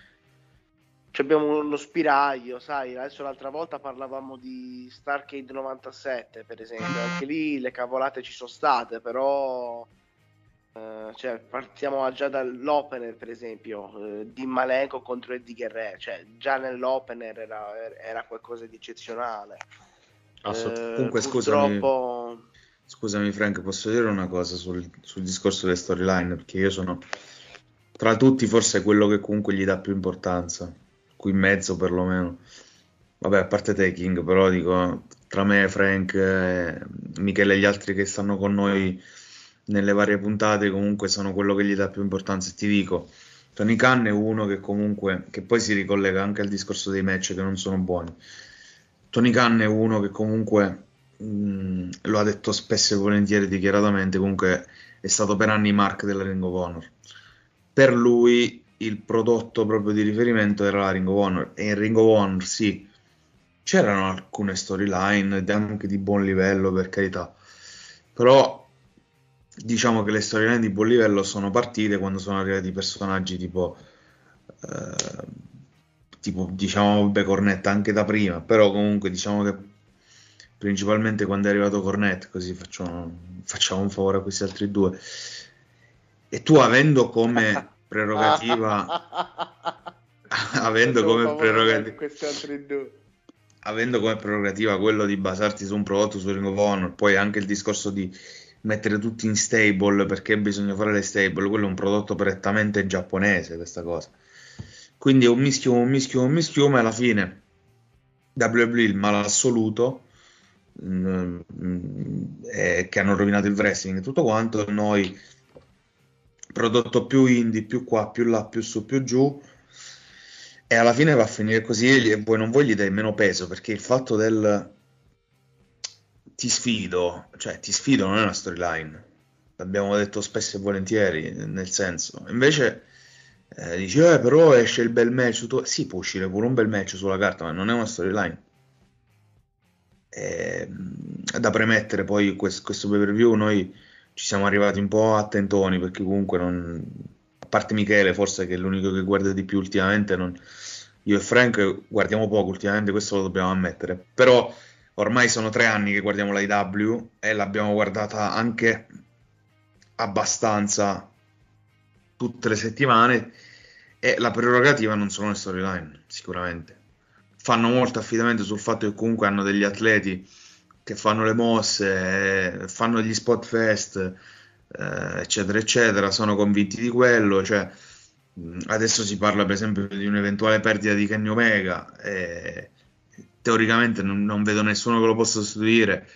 abbiamo uno spiraglio, sai, adesso l'altra volta parlavamo di Starrcade novantasette per esempio, anche lì le cavolate ci sono state, però eh, cioè, partiamo già dall'opener per esempio, eh, di Malenko contro Eddie Guerrero, cioè già nell'opener era, era qualcosa di eccezionale. Eh, Comunque purtroppo... scusami Scusami Frank, posso dire una cosa sul, sul discorso delle storyline? Perché io sono tra tutti forse quello che comunque gli dà più importanza, qui in mezzo perlomeno. Vabbè, a parte te King, però dico, tra me, Frank, eh, Michele e gli altri che stanno con noi nelle varie puntate, comunque sono quello che gli dà più importanza. E ti dico, Tony Khan è uno che comunque, che poi si ricollega anche al discorso dei match che non sono buoni. Tony Khan è uno che comunque... Mm, lo ha detto spesso e volentieri dichiaratamente, comunque è stato per anni Mark della Ring of Honor. Per lui il prodotto proprio di riferimento era la Ring of Honor, e in Ring of Honor sì, c'erano alcune storyline anche di buon livello, per carità, però diciamo che le storyline di buon livello sono partite quando sono arrivati personaggi tipo eh, tipo diciamo beh, Cornette anche da prima, però comunque diciamo che principalmente quando è arrivato Cornette, così facciamo, facciamo un favore a questi altri due. E tu avendo come prerogativa avendo come prerogativa questi altri due. avendo come prerogativa quello di basarti su un prodotto su Ring of Honor, poi anche il discorso di mettere tutti in stable, perché bisogna fare le stable, quello è un prodotto prettamente giapponese, questa cosa. Quindi è un mischiume, un mischiume, un mischiume, alla fine W W E il male assoluto, eh, che hanno rovinato il wrestling e tutto quanto, noi prodotto più indie, più qua, più là, più su, più giù, e alla fine va a finire così e voi non voi gli dai meno peso, perché il fatto del ti sfido, cioè ti sfido non è una storyline, l'abbiamo detto spesso e volentieri, nel senso, invece eh, dici, eh, però esce il bel match, tu... sì, può uscire pure un bel match sulla carta, ma non è una storyline. È da premettere poi questo, questo pay per view, noi ci siamo arrivati un po' a tentoni, perché comunque non, a parte Michele forse, che è l'unico che guarda di più ultimamente, non... io e Frank guardiamo poco ultimamente, questo lo dobbiamo ammettere, però ormai sono tre anni che guardiamo la I W e l'abbiamo guardata anche abbastanza tutte le settimane, e la prerogativa non sono le storyline, sicuramente fanno molto affidamento sul fatto che comunque hanno degli atleti che fanno le mosse, eh, fanno gli spot fest, eh, eccetera eccetera, sono convinti di quello, cioè mh, adesso si parla per esempio di un'eventuale perdita di Kenny Omega, e teoricamente non, non vedo nessuno che lo possa sostituire,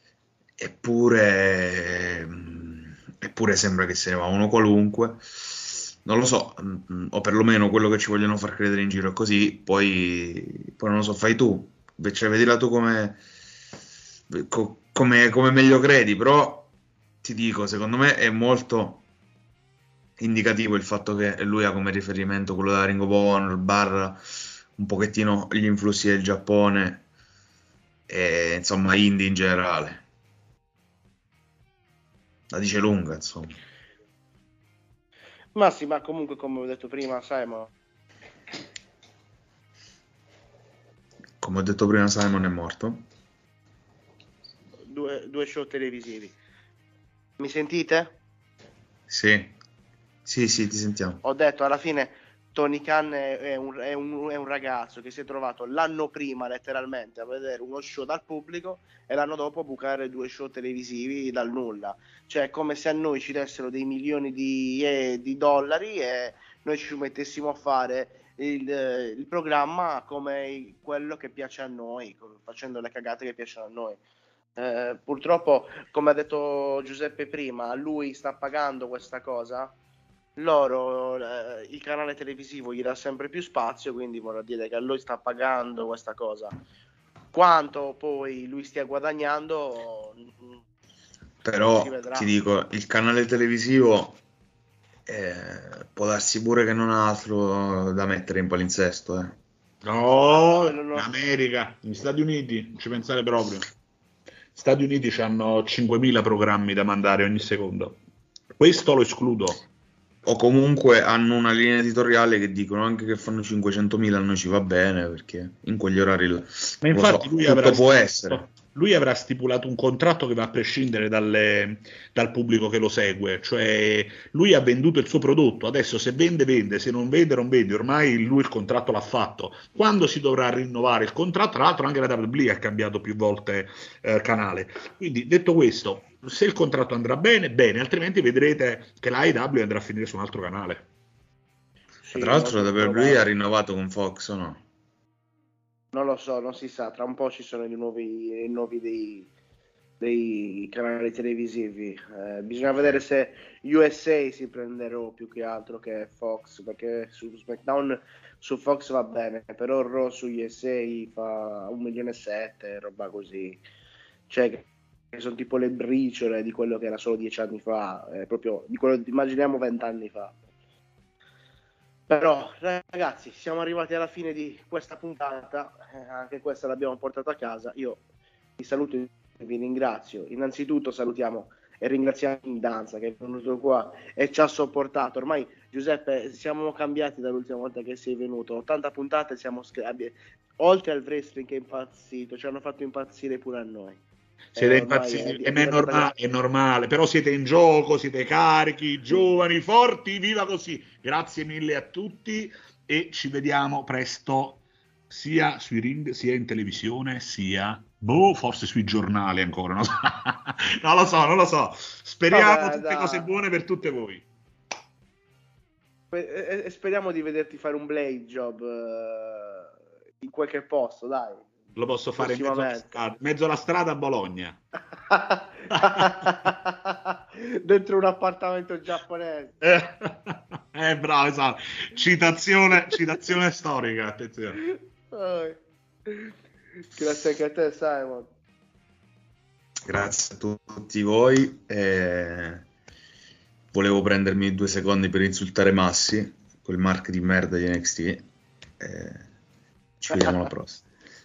eppure mh, eppure sembra che se ne va uno qualunque. Non lo so, mh, o perlomeno quello che ci vogliono far credere in giro è così, poi, poi non lo so, fai tu, invece vedila tu come, co- come, come meglio credi, però ti dico, secondo me è molto indicativo il fatto che lui ha come riferimento quello della Ring of Honor, barra un pochettino gli influssi del Giappone e insomma indie in generale. La dice lunga, insomma. Ma sì, ma comunque come ho detto prima, Simon. Come ho detto prima, Simon è morto. Due, due show televisivi. Mi sentite? Sì, sì, sì, ti sentiamo. Ho detto, alla fine Tony Khan è, è, un, è, un, è un ragazzo che si è trovato l'anno prima letteralmente a vedere uno show dal pubblico e l'anno dopo a bucare due show televisivi dal nulla. Cioè è come se a noi ci dessero dei milioni di, eh, di dollari e noi ci mettessimo a fare il, il programma come quello che piace a noi, facendo le cagate che piacciono a noi. Eh, purtroppo, come ha detto Giuseppe prima, lui sta pagando questa cosa, loro eh, il canale televisivo gli dà sempre più spazio, quindi vorrà dire che lui sta pagando questa cosa. Quanto poi lui stia guadagnando, però ti dico, il canale televisivo eh, può darsi pure che non ha altro da mettere in palinsesto, eh. No, in America, negli Stati Uniti, non ci pensare proprio. Stati Uniti hanno cinquemila programmi da mandare ogni secondo. Questo lo escludo. O comunque hanno una linea editoriale che dicono anche che fanno cinquecentomila a noi ci va bene, perché in quegli orari là. Ma infatti so, lui tutto avrà può stipulato, essere. Lui avrà stipulato un contratto che va a prescindere dalle, dal pubblico che lo segue, cioè lui ha venduto il suo prodotto, adesso se vende vende, se non vende non vende, ormai lui il contratto l'ha fatto. Quando si dovrà rinnovare il contratto, tra l'altro anche la W W E ha cambiato più volte eh, canale, quindi detto questo, se il contratto andrà bene, bene, altrimenti vedrete che la A E W andrà a finire su un altro canale. Sì, tra l'altro la W W E ha rinnovato con Fox o no? Non lo so, non si sa, tra un po' ci sono i nuovi, i nuovi dei, dei canali televisivi, eh, bisogna vedere se U S A si prenderà più che altro che Fox, perché su SmackDown su Fox va bene, però Raw su U S A fa un milione e sette, roba così, cioè che sono tipo le briciole di quello che era solo dieci anni fa, eh, proprio di quello immaginiamo vent'anni fa. Però ragazzi, siamo arrivati alla fine di questa puntata, eh, anche questa l'abbiamo portata a casa. Io vi saluto e vi ringrazio. Innanzitutto salutiamo e ringraziamo in Danza che è venuto qua e ci ha sopportato. Ormai Giuseppe siamo cambiati dall'ultima volta che sei venuto, ottanta puntate siamo sc- oltre al wrestling che è impazzito, ci hanno fatto impazzire pure a noi. Siete Eh, impazziti, è, è, è, normale, è normale, però siete in gioco, siete carichi, giovani, forti, viva così. Grazie mille a tutti e ci vediamo presto sia sui ring, sia in televisione, sia, boh, forse sui giornali ancora, non, so. non lo so, non lo so. Speriamo Vabbè, tutte dai. cose buone per tutte voi. E, e speriamo di vederti fare un blade job uh, in qualche posto, dai. Lo posso fare in mezzo alla strada, mezzo alla strada a Bologna. Dentro un appartamento giapponese. Eh, eh bravo, esatto. Citazione, citazione storica, attenzione. Oh. Grazie anche a te, Simon. Grazie a tutti voi. E volevo prendermi due secondi per insultare Massi, quel mark di merda di N X T. Eh, ci vediamo alla prossima.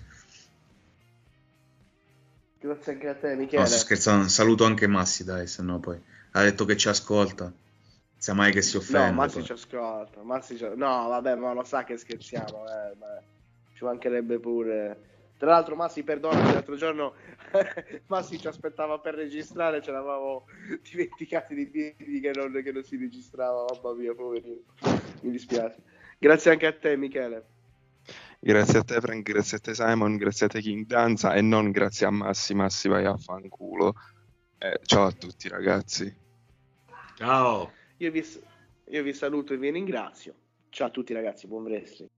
Grazie anche a te, Michele. No, sto scherzando, saluto anche Massi, dai, se no poi ha detto che ci ascolta. Sia mai che si offende. No, Massi poi. ci ascolta. Massi ci... No, vabbè, ma lo sa che scherziamo, eh, ma ci mancherebbe pure. Tra l'altro, Massi, perdonami, l'altro giorno Massi ci aspettava per registrare, ce l'avevamo dimenticati di dirgli che non, che non si registrava. Mamma mia, poverino. Mi dispiace. Grazie anche a te, Michele. Grazie a te, Frank, grazie a te, Simon, grazie a te, King Danza, e non grazie a Massi. Massi, vai a fanculo. Eh, ciao a tutti, ragazzi. Ciao. Io vi, io vi saluto e vi ringrazio. Ciao a tutti, ragazzi, buon wrestling.